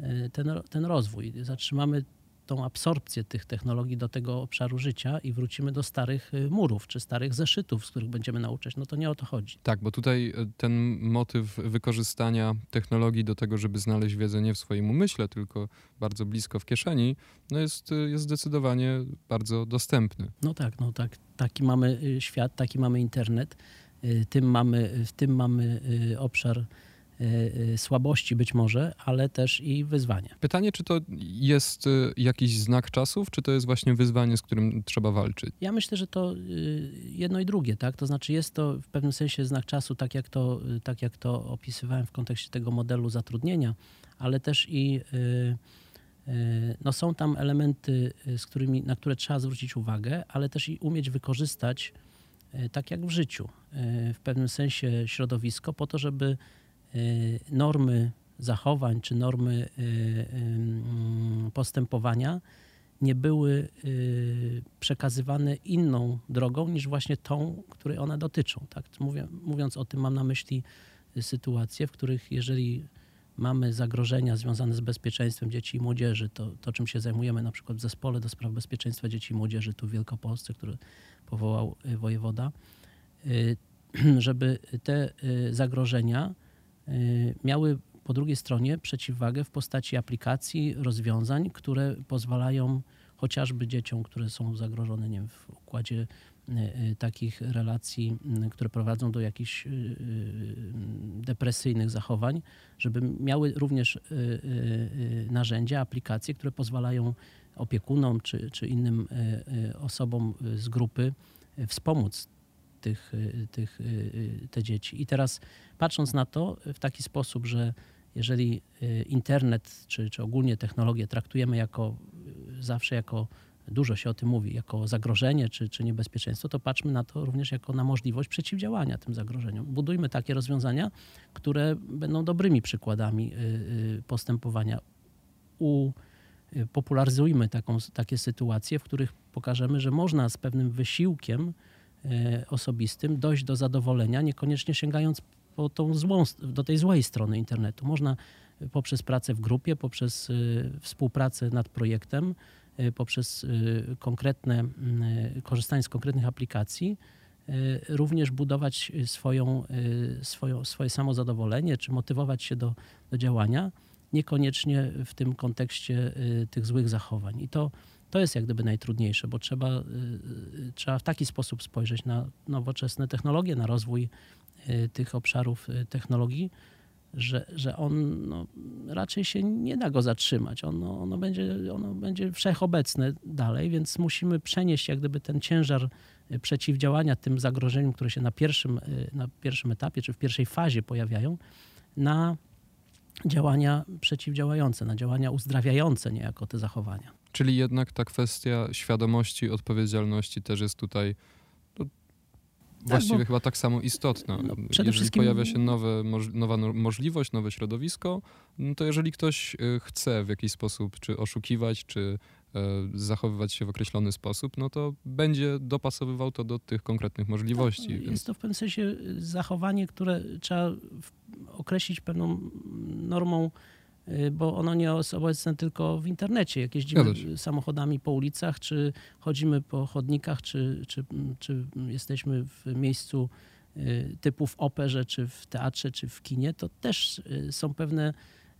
ten rozwój, zatrzymamy tą absorpcję tych technologii do tego obszaru życia i wrócimy do starych murów, czy starych zeszytów, z których będziemy nauczać. No to nie o to chodzi. Tak, bo tutaj ten motyw wykorzystania technologii do tego, żeby znaleźć wiedzę nie w swoim umyśle, tylko bardzo blisko w kieszeni, no jest zdecydowanie bardzo dostępny. No tak. Taki mamy świat, taki mamy internet. W tym mamy obszar słabości być może, ale też i wyzwania. Pytanie, czy to jest jakiś znak czasów, czy to jest właśnie wyzwanie, z którym trzeba walczyć? Ja myślę, że to jedno i drugie, tak? To znaczy jest to w pewnym sensie znak czasu, tak jak to opisywałem w kontekście tego modelu zatrudnienia, ale też i są tam elementy, na które trzeba zwrócić uwagę, ale też i umieć wykorzystać, tak jak w życiu, w pewnym sensie środowisko po to, żeby normy zachowań czy normy postępowania nie były przekazywane inną drogą niż właśnie tą, której one dotyczą. Tak? Mówiąc o tym, mam na myśli sytuacje, w których jeżeli mamy zagrożenia związane z bezpieczeństwem dzieci i młodzieży, to czym się zajmujemy na przykład w Zespole do Spraw Bezpieczeństwa Dzieci i Młodzieży tu w Wielkopolsce, który powołał wojewoda, żeby te zagrożenia miały po drugiej stronie przeciwwagę w postaci aplikacji, rozwiązań, które pozwalają chociażby dzieciom, które są zagrożone, nie wiem, w układzie takich relacji, które prowadzą do jakichś depresyjnych zachowań, żeby miały również narzędzia, aplikacje, które pozwalają opiekunom czy innym osobom z grupy wspomóc te dzieci. I teraz patrząc na to w taki sposób, że jeżeli internet czy ogólnie technologię traktujemy zawsze jako, dużo się o tym mówi, jako zagrożenie czy niebezpieczeństwo, to patrzmy na to również jako na możliwość przeciwdziałania tym zagrożeniom. Budujmy takie rozwiązania, które będą dobrymi przykładami postępowania. Popularyzujmy takie sytuacje, w których pokażemy, że można z pewnym wysiłkiem osobistym dojść do zadowolenia, niekoniecznie sięgając do tej złej strony internetu. Można poprzez pracę w grupie, poprzez współpracę nad projektem, poprzez korzystanie z konkretnych aplikacji, również budować swoje samozadowolenie, czy motywować się do działania, niekoniecznie w tym kontekście tych złych zachowań. I to jest jak gdyby najtrudniejsze, bo trzeba w taki sposób spojrzeć na nowoczesne technologie, na rozwój tych obszarów technologii, że on raczej się nie da go zatrzymać. Ono będzie wszechobecne dalej, więc musimy przenieść jak gdyby ten ciężar przeciwdziałania tym zagrożeniom, które się na pierwszym etapie czy w pierwszej fazie pojawiają, na działania przeciwdziałające, na działania uzdrawiające niejako te zachowania. Czyli jednak ta kwestia świadomości, odpowiedzialności też jest tutaj właściwie chyba tak samo istotna. Jeżeli pojawia się nowa możliwość, nowe środowisko, to jeżeli ktoś chce w jakiś sposób czy oszukiwać, czy zachowywać się w określony sposób, no to będzie dopasowywał to do tych konkretnych możliwości. Tak, jest to w pewnym sensie zachowanie, które trzeba określić pewną normą, bo ono nie jest obecne tylko w internecie. Jak jeździmy samochodami po ulicach, czy chodzimy po chodnikach, czy jesteśmy w miejscu typu w operze, czy w teatrze, czy w kinie, to też są pewne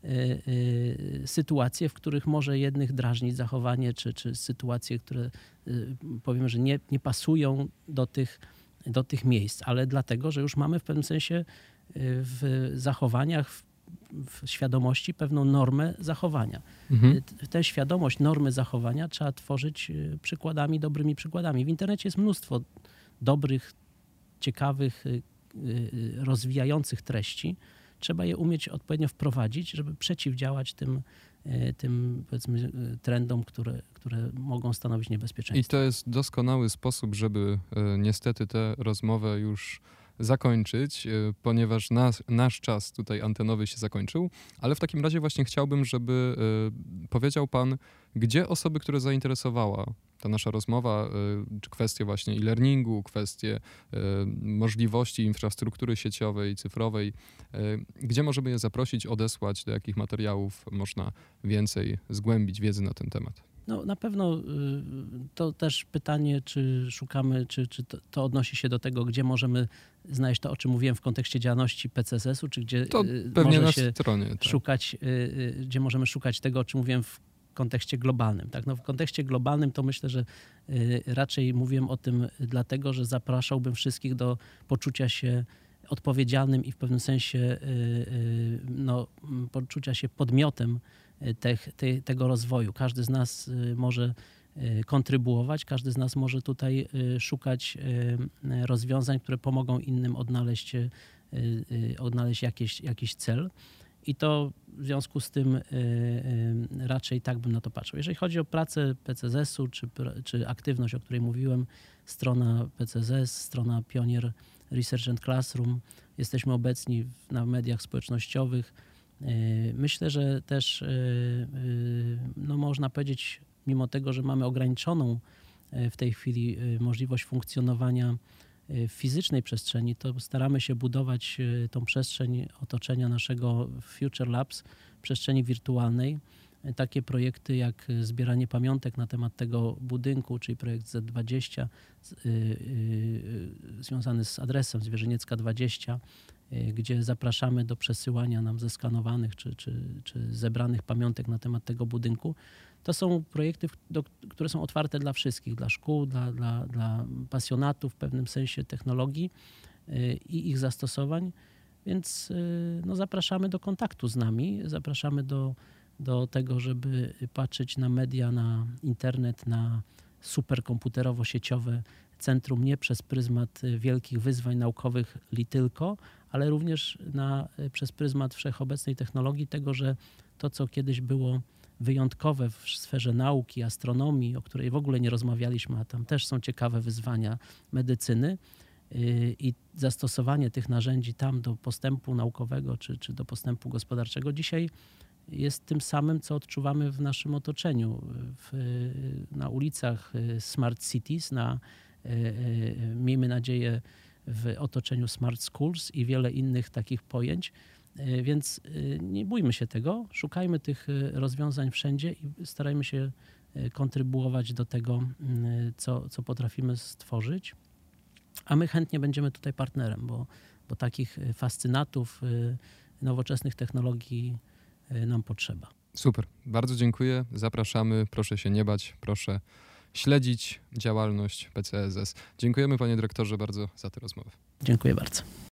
sytuacje, w których może jednych drażnić zachowanie, czy sytuacje, które powiemy, że nie pasują do tych miejsc, ale dlatego, że już mamy w pewnym sensie w zachowaniach, w świadomości pewną normę zachowania. Tę świadomość normy zachowania trzeba tworzyć dobrymi przykładami. W internecie jest mnóstwo dobrych, ciekawych, rozwijających treści. Trzeba je umieć odpowiednio wprowadzić, żeby przeciwdziałać tym powiedzmy trendom, które mogą stanowić niebezpieczeństwo. I to jest doskonały sposób, żeby niestety tę rozmowę już zakończyć, ponieważ nasz czas tutaj antenowy się zakończył, ale w takim razie właśnie chciałbym, żeby powiedział pan, gdzie osoby, które zainteresowała ta nasza rozmowa, czy kwestie właśnie e-learningu, kwestie możliwości infrastruktury sieciowej, cyfrowej, gdzie możemy je zaprosić, odesłać, do jakich materiałów można więcej zgłębić wiedzy na ten temat? No, na pewno to też pytanie, czy szukamy, czy to odnosi się do tego, gdzie możemy znaleźć to, o czym mówiłem w kontekście działalności PCSS-u, czy gdzie to pewnie na stronie, tak. Gdzie możemy szukać tego, o czym mówiłem w kontekście globalnym. Tak? No, w kontekście globalnym to myślę, że raczej mówiłem o tym dlatego, że zapraszałbym wszystkich do poczucia się odpowiedzialnym i w pewnym sensie poczucia się podmiotem tego rozwoju. Każdy z nas może kontrybuować, każdy z nas może tutaj szukać rozwiązań, które pomogą innym odnaleźć jakiś cel. I to w związku z tym raczej tak bym na to patrzył. Jeżeli chodzi o pracę PCSS-u, czy aktywność, o której mówiłem, strona PCSS, strona Pionier Research and Classroom, jesteśmy obecni na mediach społecznościowych. Myślę, że też można powiedzieć, mimo tego, że mamy ograniczoną w tej chwili możliwość funkcjonowania w fizycznej przestrzeni, to staramy się budować tą przestrzeń otoczenia naszego Future Labs, przestrzeni wirtualnej. Takie projekty jak zbieranie pamiątek na temat tego budynku, czyli projekt Z20 związany z adresem Zwierzyniecka 20, gdzie zapraszamy do przesyłania nam zeskanowanych czy zebranych pamiątek na temat tego budynku. To są projekty, które są otwarte dla wszystkich, dla szkół, dla pasjonatów w pewnym sensie technologii i ich zastosowań, więc zapraszamy do kontaktu z nami, zapraszamy do tego, żeby patrzeć na media, na internet, na superkomputerowo-sieciowe centrum nie przez pryzmat wielkich wyzwań naukowych tylko, ale również przez pryzmat wszechobecnej technologii, tego, że to, co kiedyś było wyjątkowe w sferze nauki, astronomii, o której w ogóle nie rozmawialiśmy, a tam też są ciekawe wyzwania medycyny i zastosowanie tych narzędzi tam do postępu naukowego czy do postępu gospodarczego dzisiaj jest tym samym, co odczuwamy w naszym otoczeniu, na ulicach smart cities, miejmy nadzieję, w otoczeniu Smart Schools i wiele innych takich pojęć. Więc nie bójmy się tego, szukajmy tych rozwiązań wszędzie i starajmy się kontrybuować do tego, co potrafimy stworzyć. A my chętnie będziemy tutaj partnerem, bo takich fascynatów nowoczesnych technologii nam potrzeba. Super, bardzo dziękuję, zapraszamy, proszę się nie bać, proszę śledzić działalność PCSS. Dziękujemy panie dyrektorze bardzo za tę rozmowę. Dziękuję bardzo.